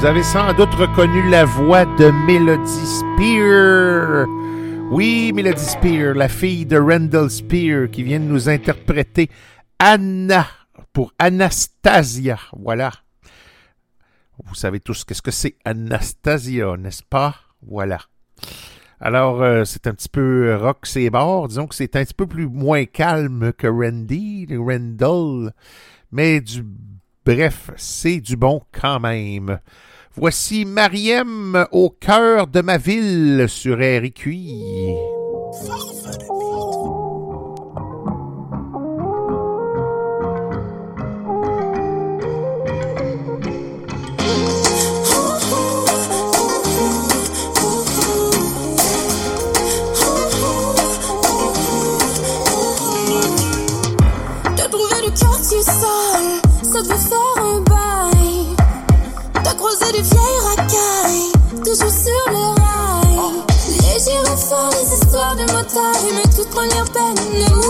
Vous avez sans doute reconnu la voix de Melody Spear. Oui, Melody Spear, la fille de Randall Spear, qui vient de nous interpréter Anna pour Anastasia. Voilà. Vous savez tous qu'est-ce que c'est Anastasia, n'est-ce pas? Voilà. Alors, c'est un petit peu rock, c'est bord. Disons que c'est un petit peu moins calme que Randall. Mais bref, c'est du bon quand même. Voici Mariem au cœur de ma ville sur RQI. T'as trouvé le quartier sale, ça devait faire un bail. T'as croisé des vieilles racailles, toujours sur le rail. Les gyrophares, les histoires de motards et mes toutes premières peines.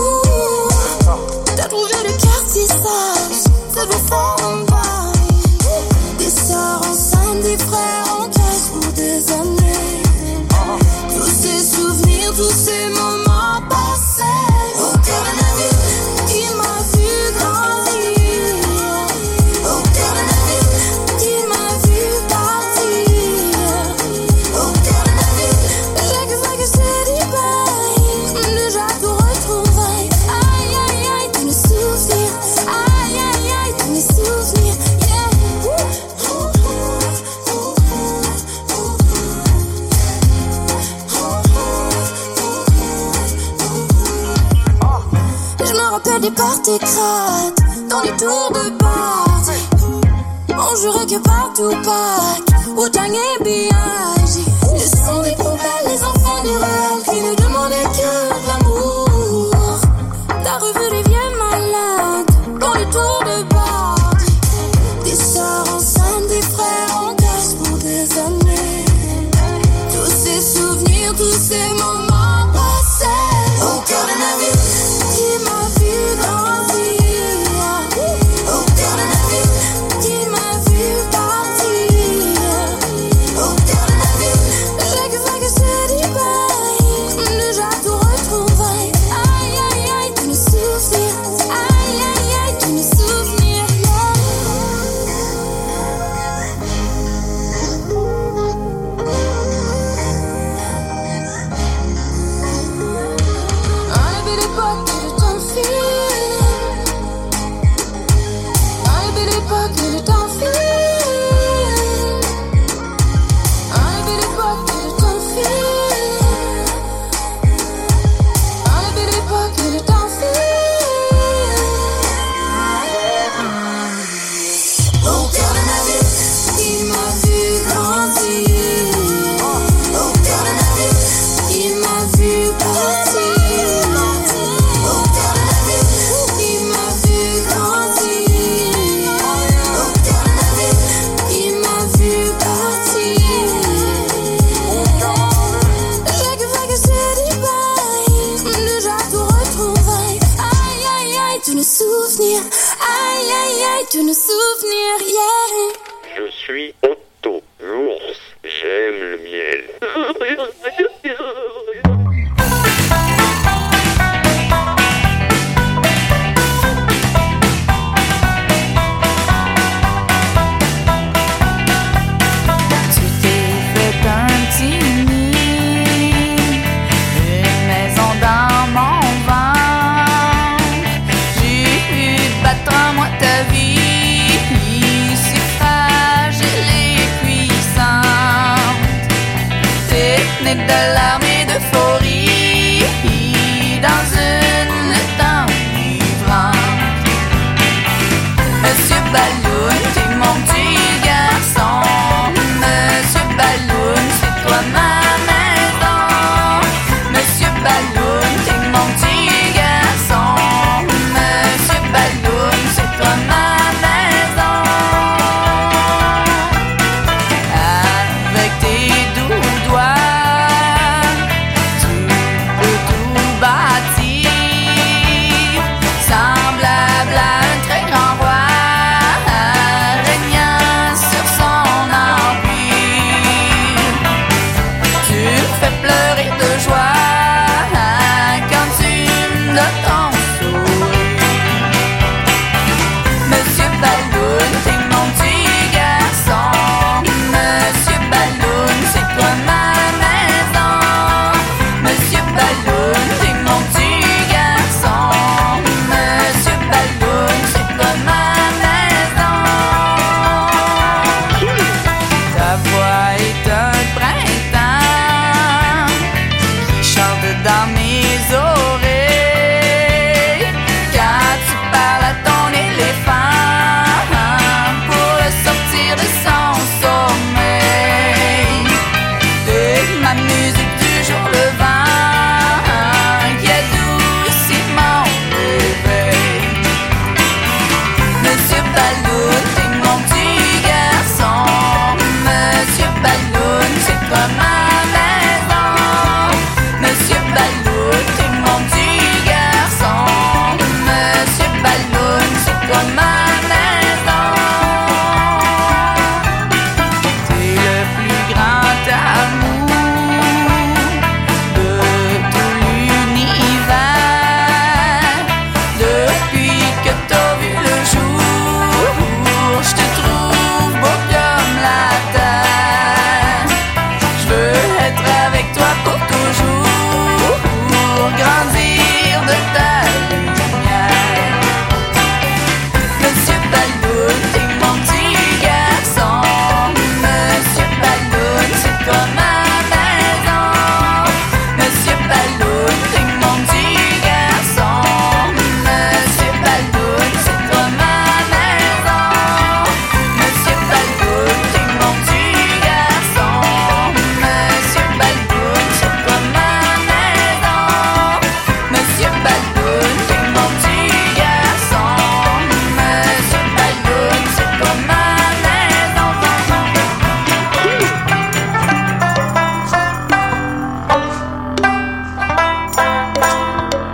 T'as trouvé le quartier sage, ça devait faire un bail. Des sœurs enceintes, des frères en cage pour des années. Tous ces souvenirs, tous ces moments passés. Au cœur de ma ville, qui m'a vu grandir. Au cœur de ma ville, qui m'a vu partir. Au cœur de ma ville, chaque fois que je dis bye, déjà tout retrouvaille. Aïe aïe aïe, tous mes souvenirs. Aïe aïe aïe, tous mes souvenirs. Yeah. Je me rappelle des parties crades dans les tours de bar. On jurait que partout Pâques, Wu-Tang et B.I.G. Le son des poubelles, les enfants du réel qui ne demandaient que de l'amour. T'as revu les vieux malades dans les tours de bar. Des sœurs enceintes, des frères en cage pour des années. Tous ces souvenirs, tous ces moments passés. Au cœur de ma ville, qui m'a vu grandir. Au cœur de ma ville, qui m'a vu partir. Au cœur de ma ville, chaque fois que je dis bye, déjà tout retrouvaille. Aïe aïe aïe, tous mes souvenirs. Aïe aïe aïe, tous mes souvenirs. Enlever les potes de ton fil. Enlever les potes de ton fil. Enlever les potes de ton fil. Enlever les potes de ton fil. Au cœur de ma ville, qui m'a vu grandir. Au cœur de ma ville, qui m'a vu partir. Au cœur de ma ville, qui m'a vu grandir. Au cœur de ma ville, qui m'a vu partir. Chaque fois que je dis bye, déjà tout retrouvaille. Aïe aïe aïe, tous nos souvenirs. Aïe aïe aïe, tous nos souvenirs, yeah. Je suis Otto, l'ours. J'aime le miel. Tu t'es fait un petit nid, une maison dans mon ventre. J'ai eu de battre en moi ta vie, si fragile et puissante. Technique de l'armée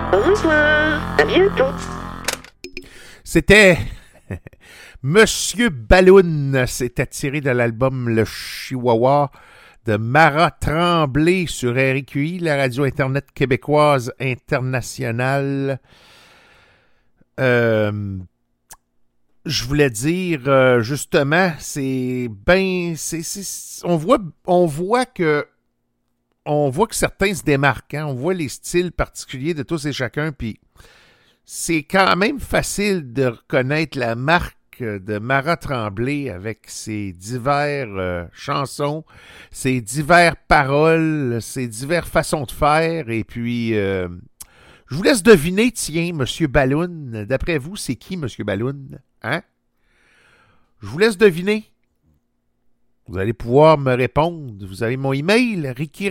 Au revoir. À bientôt. C'était Monsieur Balloon. C'était tiré de l'album Le Chihuahua de Mara Tremblay sur RQI, la radio Internet québécoise internationale. Je voulais dire, justement, on voit que certains se démarquent, hein? On voit les styles particuliers de tous et chacun, puis c'est quand même facile de reconnaître la marque de Mara Tremblay avec ses diverses chansons, ses diverses paroles, ses diverses façons de faire, et puis je vous laisse deviner, tiens, Monsieur Balloon, d'après vous, c'est qui Monsieur Balloon? Hein? Je vous laisse deviner. Vous allez pouvoir me répondre. Vous avez mon email,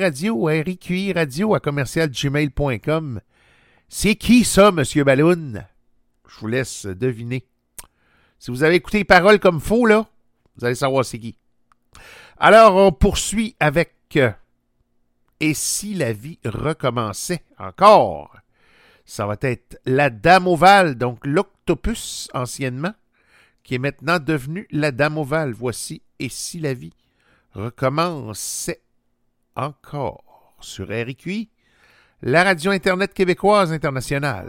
riquiradio@commercialgmail.com. C'est qui ça, Monsieur Balloon? Je vous laisse deviner. Si vous avez écouté les paroles comme faux, là, vous allez savoir c'est qui. Alors, on poursuit avec Et si la vie recommençait encore? Ça va être la Dame Ovale, donc l'Octopus anciennement, qui est maintenant devenue la Dame Ovale. Voici Et si la vie recommençait encore sur RQI, la radio Internet québécoise internationale.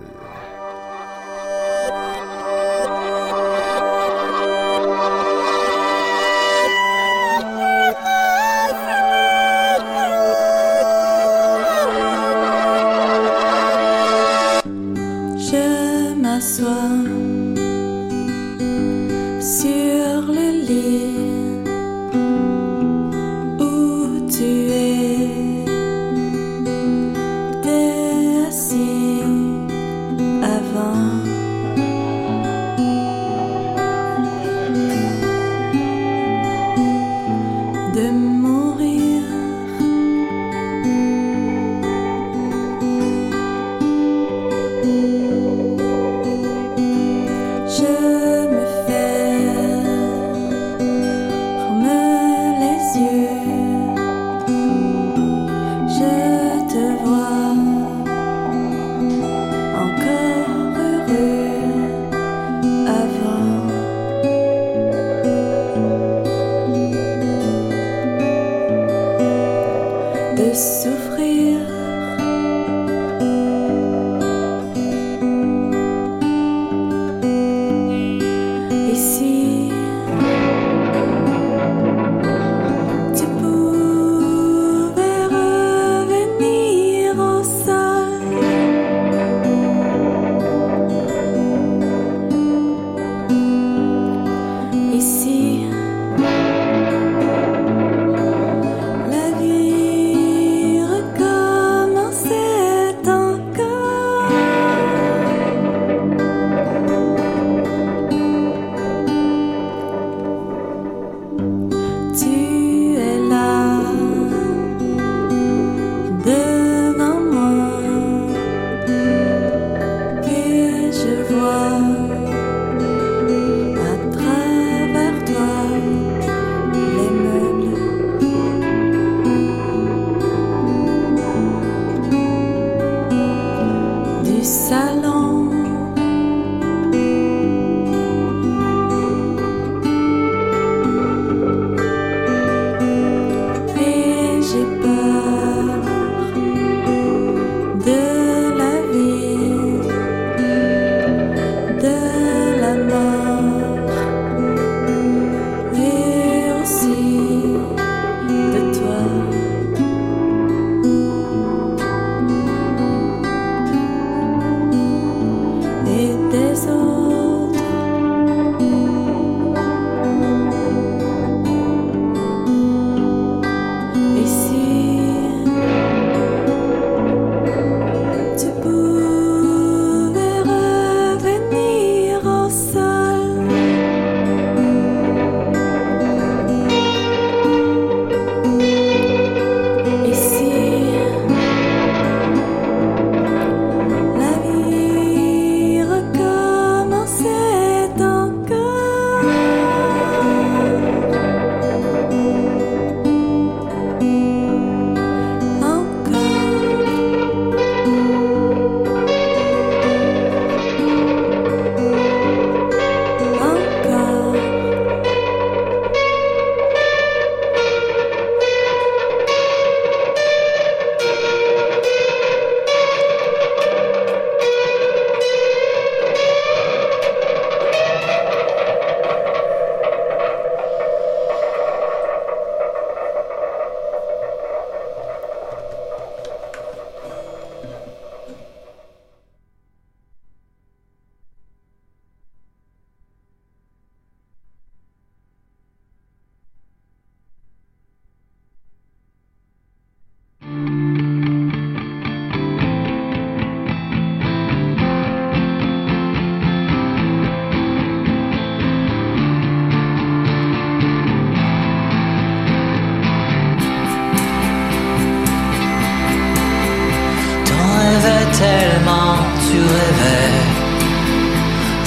Je m'assois sur le lit où tu es. T'es assis avant. De mourir. Je me ferme les yeux, je te vois encore heureux avant. De souffrir. Et si tu pouvais revenir au sol, et si la vie recommençait encore, tu es là devant moi et je vois à travers toi les meubles du salon. Et j'ai peur de la vie, de la mort, et aussi de toi.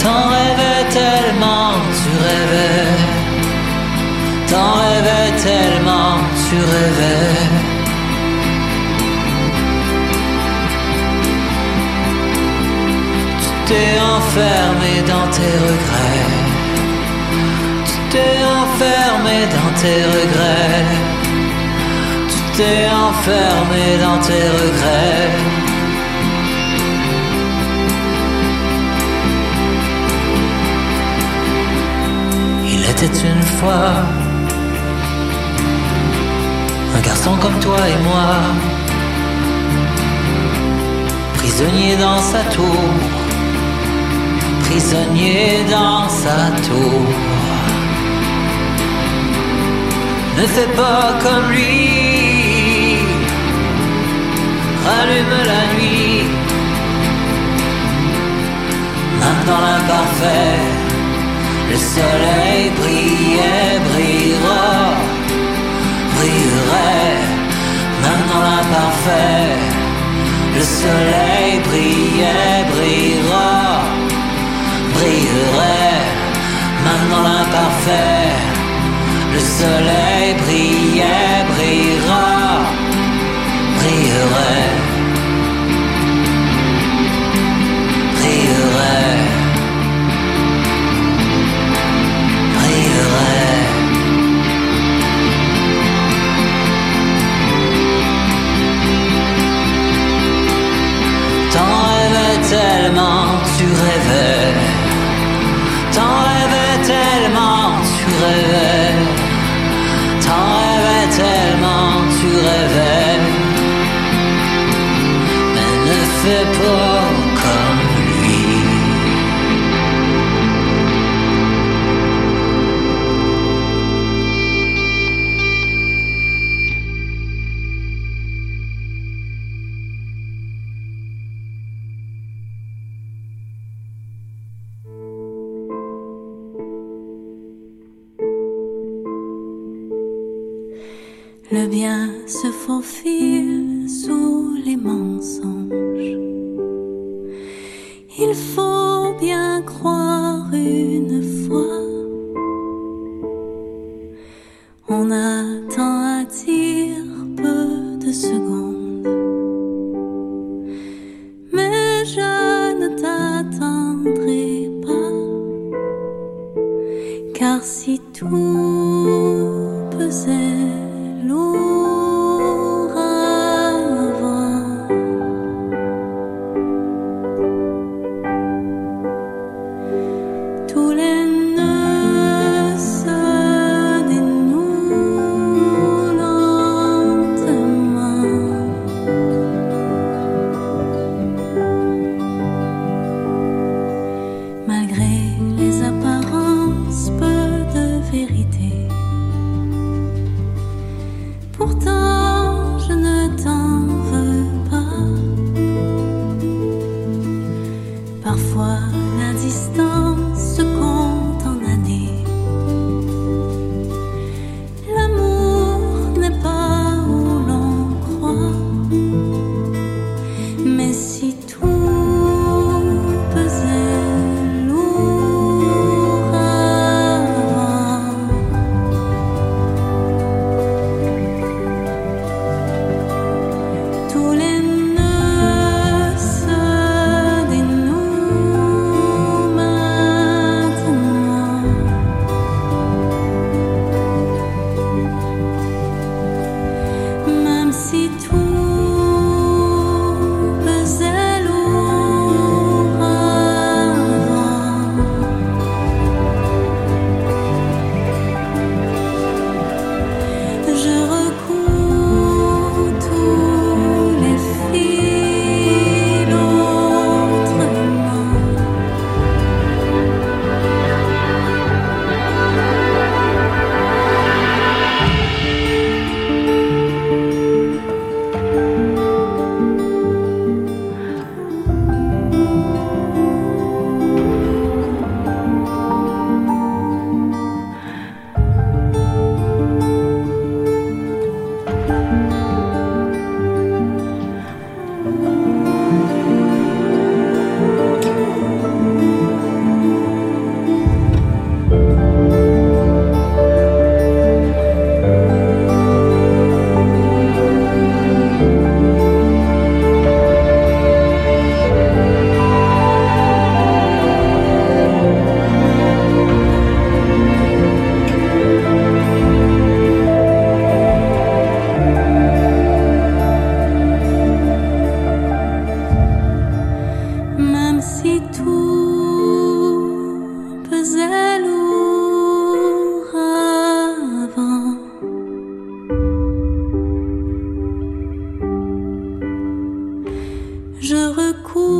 T'en rêvais tellement, tu rêvais. T'en rêvais tellement, tu rêvais. Tu t'es enfermé dans tes regrets. Tu t'es enfermé dans tes regrets. Tu t'es enfermé dans tes regrets. Il était une fois un garçon comme toi et moi, prisonnier dans sa tour, prisonnier dans sa tour. Ne fais pas comme lui, rallume la nuit, même dans l'imparfait. Le soleil brillait, brillera, brillerait, même dans l'imparfait. Le soleil brillait, brillera, brillerait, même dans l'imparfait. Le soleil brillait, brillera, brillerait, brillerait. T'en rêvais tellement, tu rêvais. T'en rêvais tellement, tu rêvais. T'en rêvais tellement, tu rêvais. Mais ne fais pas comme lui. Le bien se faufile sous les mensonges. Il faut bien croire une fois. On attend à dire peu de secondes. Mais je ne t'attendrai pas. Car si tout pesait lourd avant, tous les nœuds se dénouent lentement. Malgré les apparences, peu de vérité.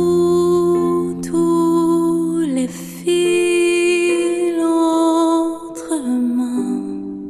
tous les fils entre mains.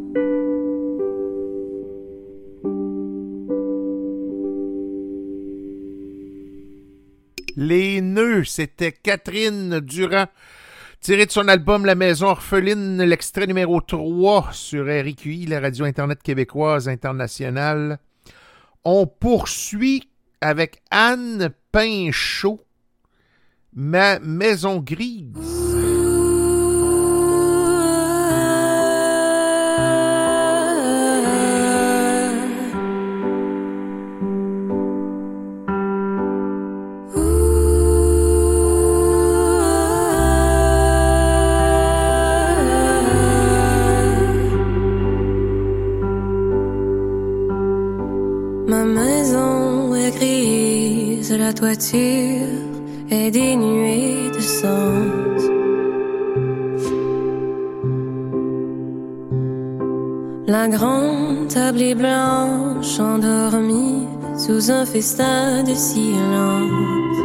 Les nœuds, c'était Catherine Durand, tiré de son album La Maison Orpheline, l'extrait numéro 3 sur RIQI, la radio Internet québécoise internationale. On poursuit avec Anne Pinchot, Ma Maison Grise. Ma maison est grise, la toiture est dénuée de sens. La grande table est blanche, endormie sous un festin de silence.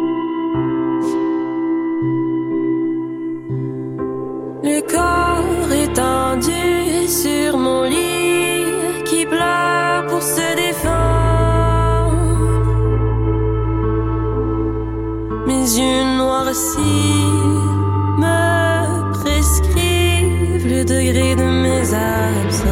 Le corps étendu sur mon lit qui pleure pour se défendre. Mes yeux noircis me prescrivent le degré de mes absences.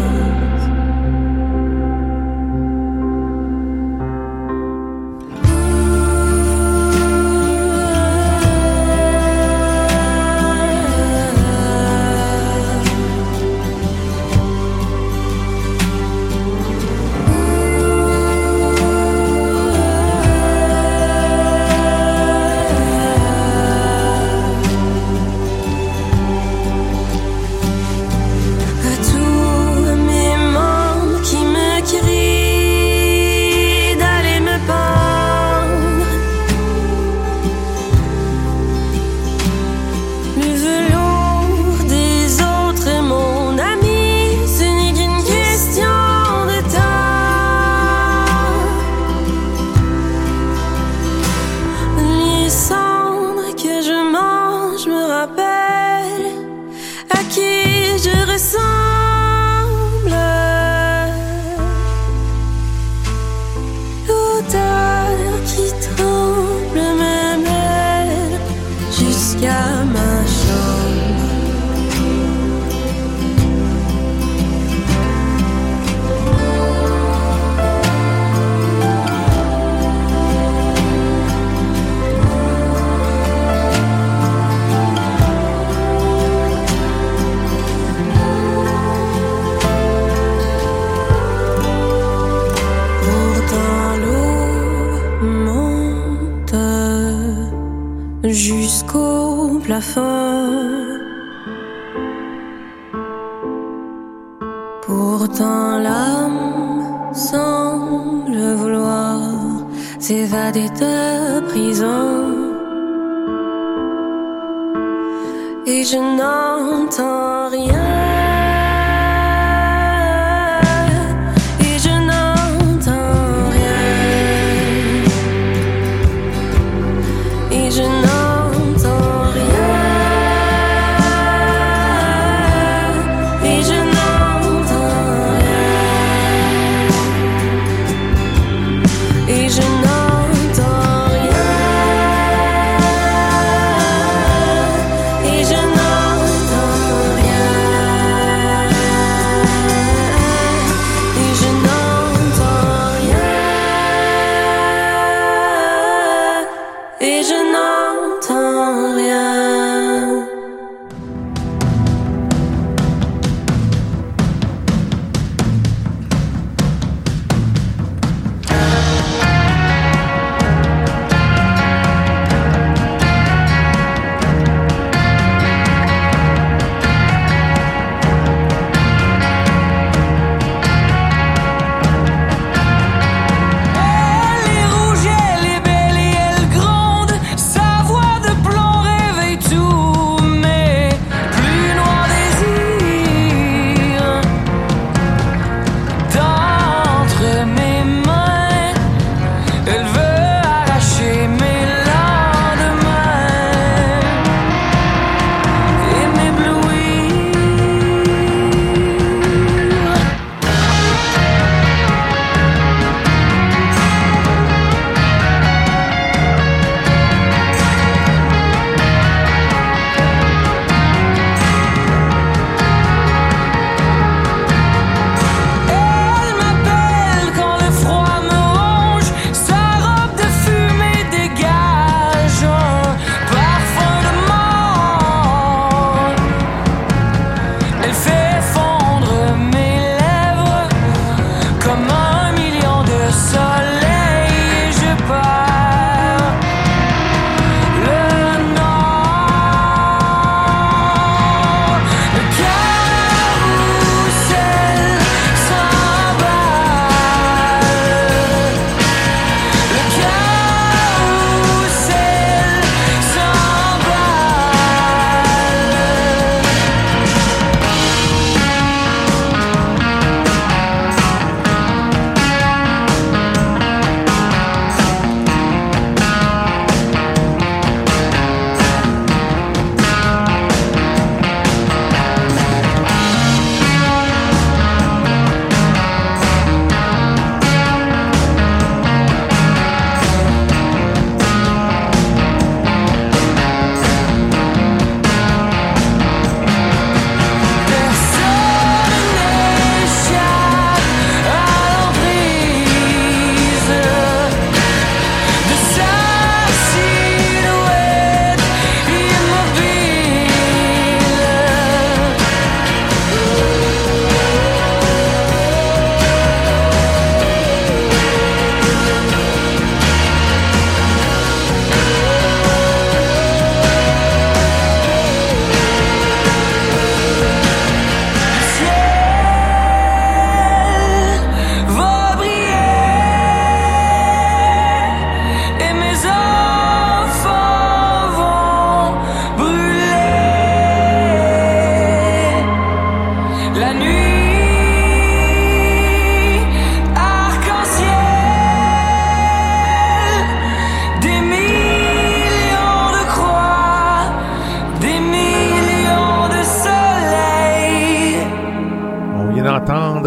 Jusqu'au plafond. Pourtant l'âme semble vouloir s'évader de prison. Et je n'entends rien. Les rouges, elle est belle et elle gronde. Sa voix de plomb réveille tout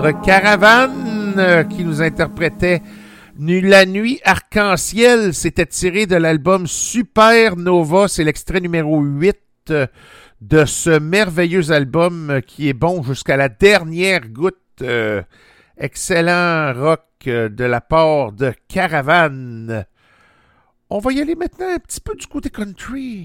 entendre Caravane qui nous interprétait La nuit arc-en-ciel. C'était tiré de l'album Supernova. C'est l'extrait numéro 8 de ce merveilleux album qui est bon jusqu'à la dernière goutte. Excellent rock de la part de Caravane. On va y aller maintenant un petit peu du côté country.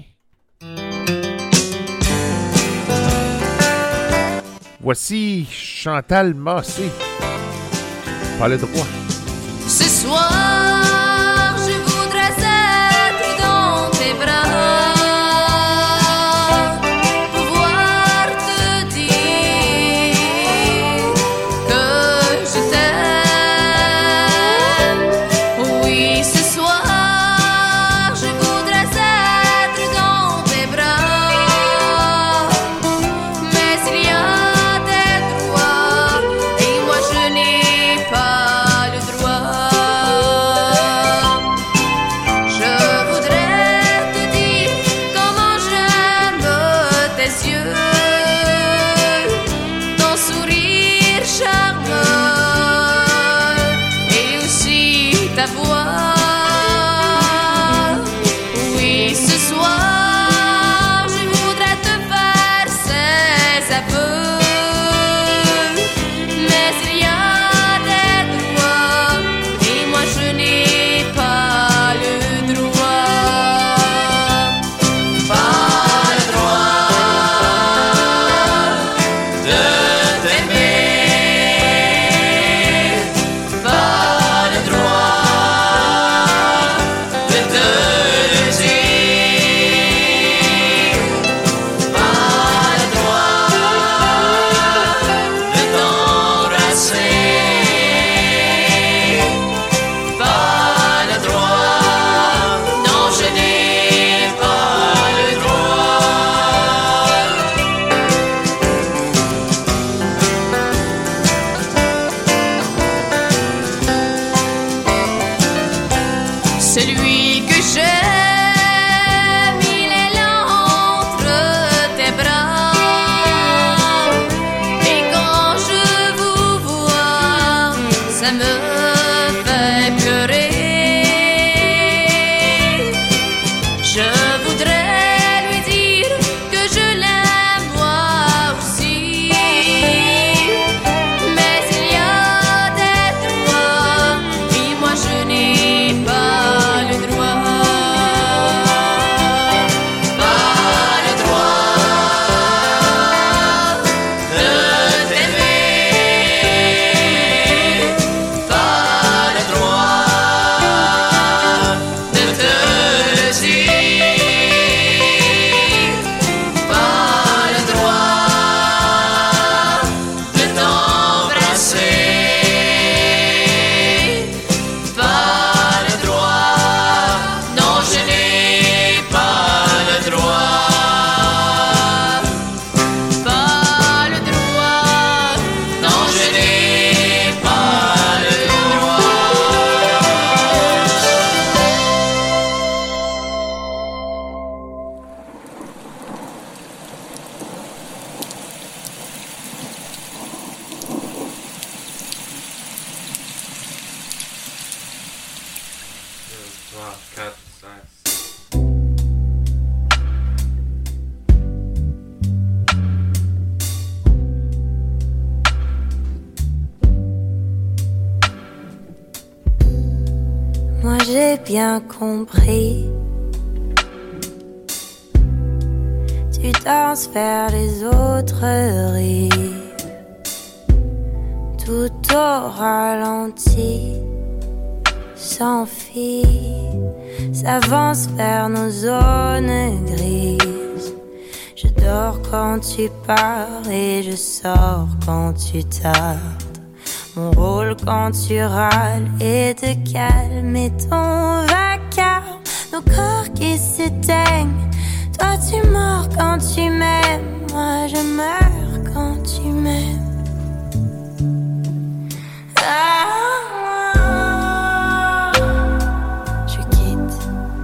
Voici Chantal Massé. Pas le droit. Ce soir, je voudrais être dans tes bras, pouvoir te dire que je t'aime. Oui, ce soir, je voudrais être dans tes bras, mais il y a des droits et moi je n'ai pas le droit. Je voudrais te dire comment j'aime tes yeux, ton sourire charmeur et aussi ta voix. Oui, ce soir, je voudrais te faire ces aveux, mais il y a des droits et moi je n'ai pas le droit. Pas le droit de t'aimer, pas le droit de te le dire, pas le droit de t'embrasser, pas le droit, non je n'ai pas le droit. Celui que j'aime, il est là entre tes bras, et quand je vous vois, ça me fait pleurer. Je voudrais lui dire que je l'aime moi aussi, mais il y a des droits et moi je n'ai pas le droit. Pas le droit de t'aimer, pas le droit de te le dire, pas le droit de t'embrasser, pas le droit, non je n'ai pas le droit. Pas le droit, non je n'ai pas le Moi j'ai bien compris. Tu danses vers les autres rives, tout au ralenti, s'enfuit, s'avance vers nos zones grises. Je dors quand tu pars et je sors quand tu tardes. Mon rôle quand tu râles est de calmer ton vacarme. Nos corps qui s'éteignent. Toi tu mords quand tu m'aimes. Moi je meurs quand tu m'aimes. Je quitte.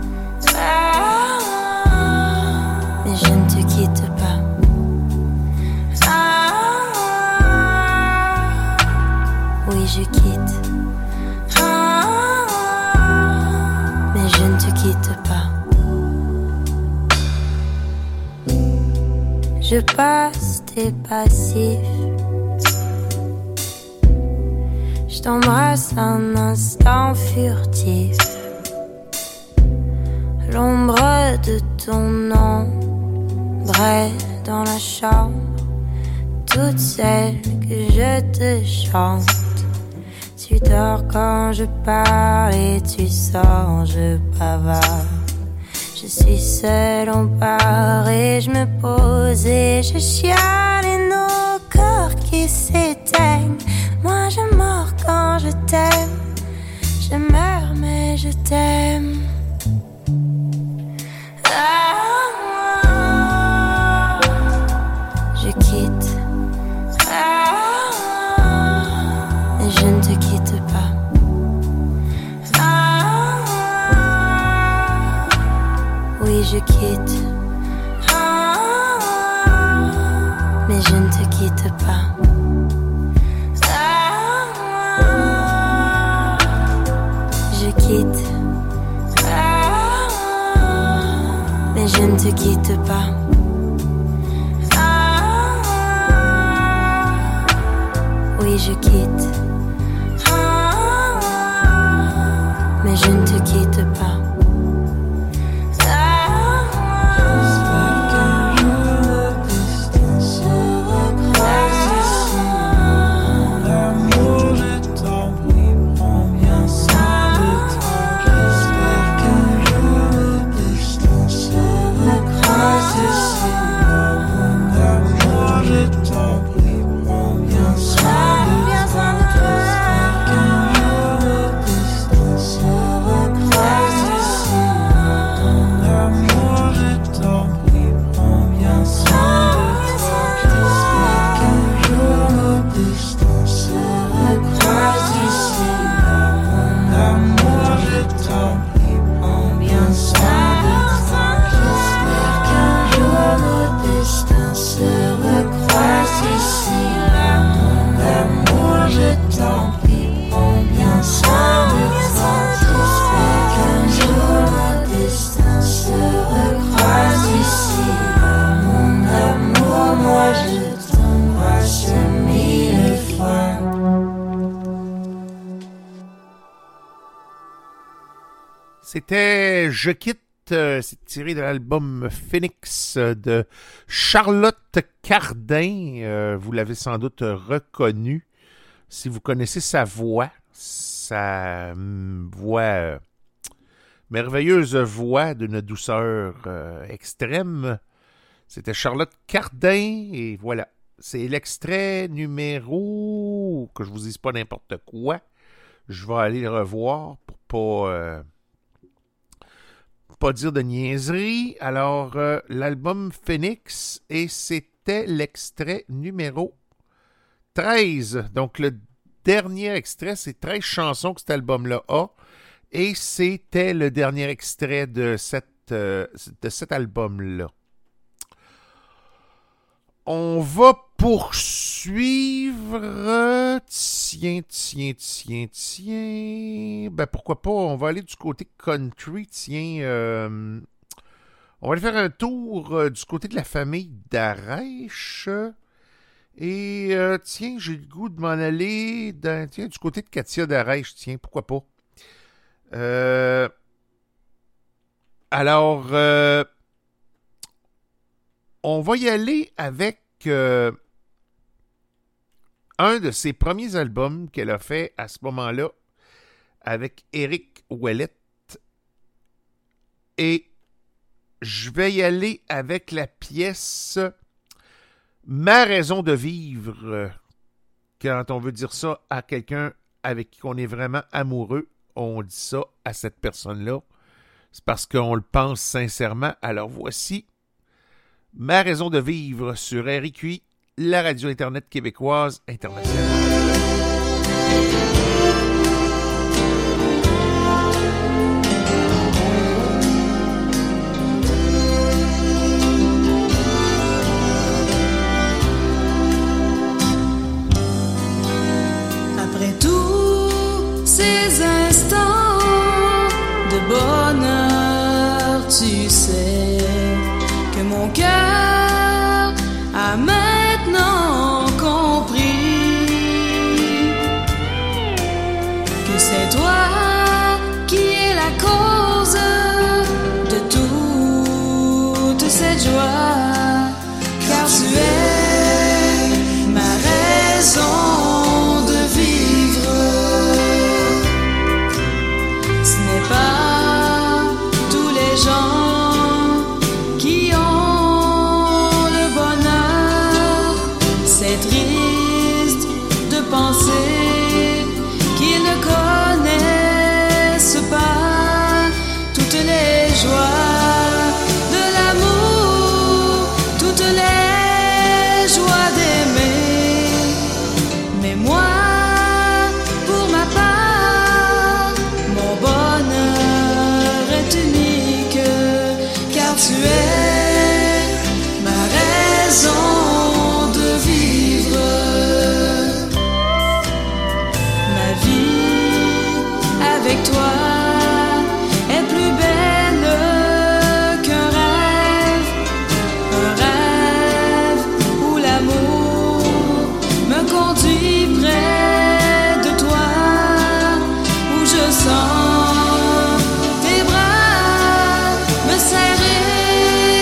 Mais je ne te quitte pas. je passe tes passifs. Je t'embrasse un instant furtif. L'ombre de ton ombre dans la chambre, toutes celles que je te chante. Tu dors quand je parle et tu sors, je bavarde. Je suis seule en part et je me pose et je chiale et nos corps qui s'éteignent. Moi je mors quand je t'aime, je meurs mais je t'aime. Je quitte, mais je ne te quitte pas. Oui, je quitte, mais je ne te quitte pas. Je quitte, mais je ne te quitte pas. Oui, je quitte, mais je ne te quitte pas. C'était Je quitte, c'est tiré de l'album Phoenix de Charlotte Cardin. Vous l'avez sans doute reconnu si vous connaissez sa voix merveilleuse voix d'une douceur extrême. C'était Charlotte Cardin et voilà, c'est l'extrait numéro, que je vous dise pas n'importe quoi. Je vais aller le revoir pour pas dire de niaiserie. Alors, l'album Phoenix, et c'était l'extrait numéro 13. Donc, le dernier extrait, c'est 13 chansons que cet album-là a, et c'était le dernier extrait de cet album-là. On va poursuivre. Tiens. Ben, pourquoi pas? On va aller du côté country. Tiens. On va aller faire un tour du côté de la famille d'Arèche. Et tiens, j'ai le goût de m'en aller du côté de Katia d'Arèche. Tiens, pourquoi pas? Alors, on va y aller avec un de ses premiers albums qu'elle a fait à ce moment-là avec Eric Ouellet. Et je vais y aller avec la pièce Ma raison de vivre. Quand on veut dire ça à quelqu'un avec qui on est vraiment amoureux, on dit ça à cette personne-là. C'est parce qu'on le pense sincèrement. Alors voici Ma raison de vivre sur RIQI, la radio Internet québécoise internationale. Après tous ces instants de bonheur, tu sais que mon cœur car tu es ma raison de vivre. Ma vie avec toi est plus belle qu'un rêve où l'amour me conduit près de toi, où je sens tes bras me serrer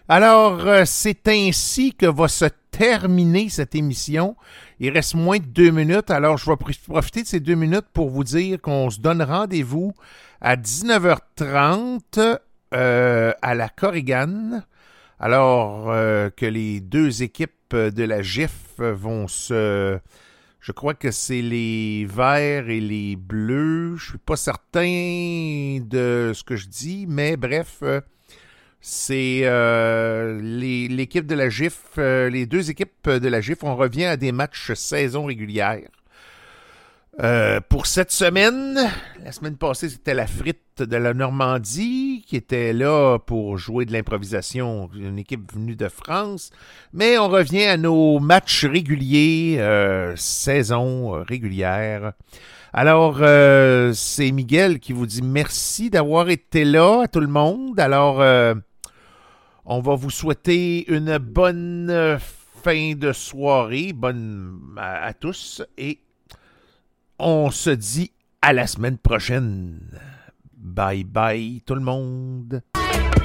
Alors, c'est ainsi que va se terminer cette émission. Il reste moins de 2 minutes, alors je vais profiter de ces 2 minutes pour vous dire qu'on se donne rendez-vous à 19h30 à la Corrigan. Alors que les deux équipes de la GIF vont se... Je crois que c'est les verts et les bleus. Je suis pas certain de ce que je dis, mais bref... c'est l'équipe de la GIF, les deux équipes de la GIF, on revient à des matchs saison régulière. Pour cette semaine, la semaine passée, c'était la Frite de la Normandie qui était là pour jouer de l'improvisation, une équipe venue de France. Mais on revient à nos matchs réguliers, saison régulière. Alors, c'est Miguel qui vous dit merci d'avoir été là à tout le monde. Alors, on va vous souhaiter une bonne fin de soirée, bonne à tous, et on se dit à la semaine prochaine. Bye bye tout le monde.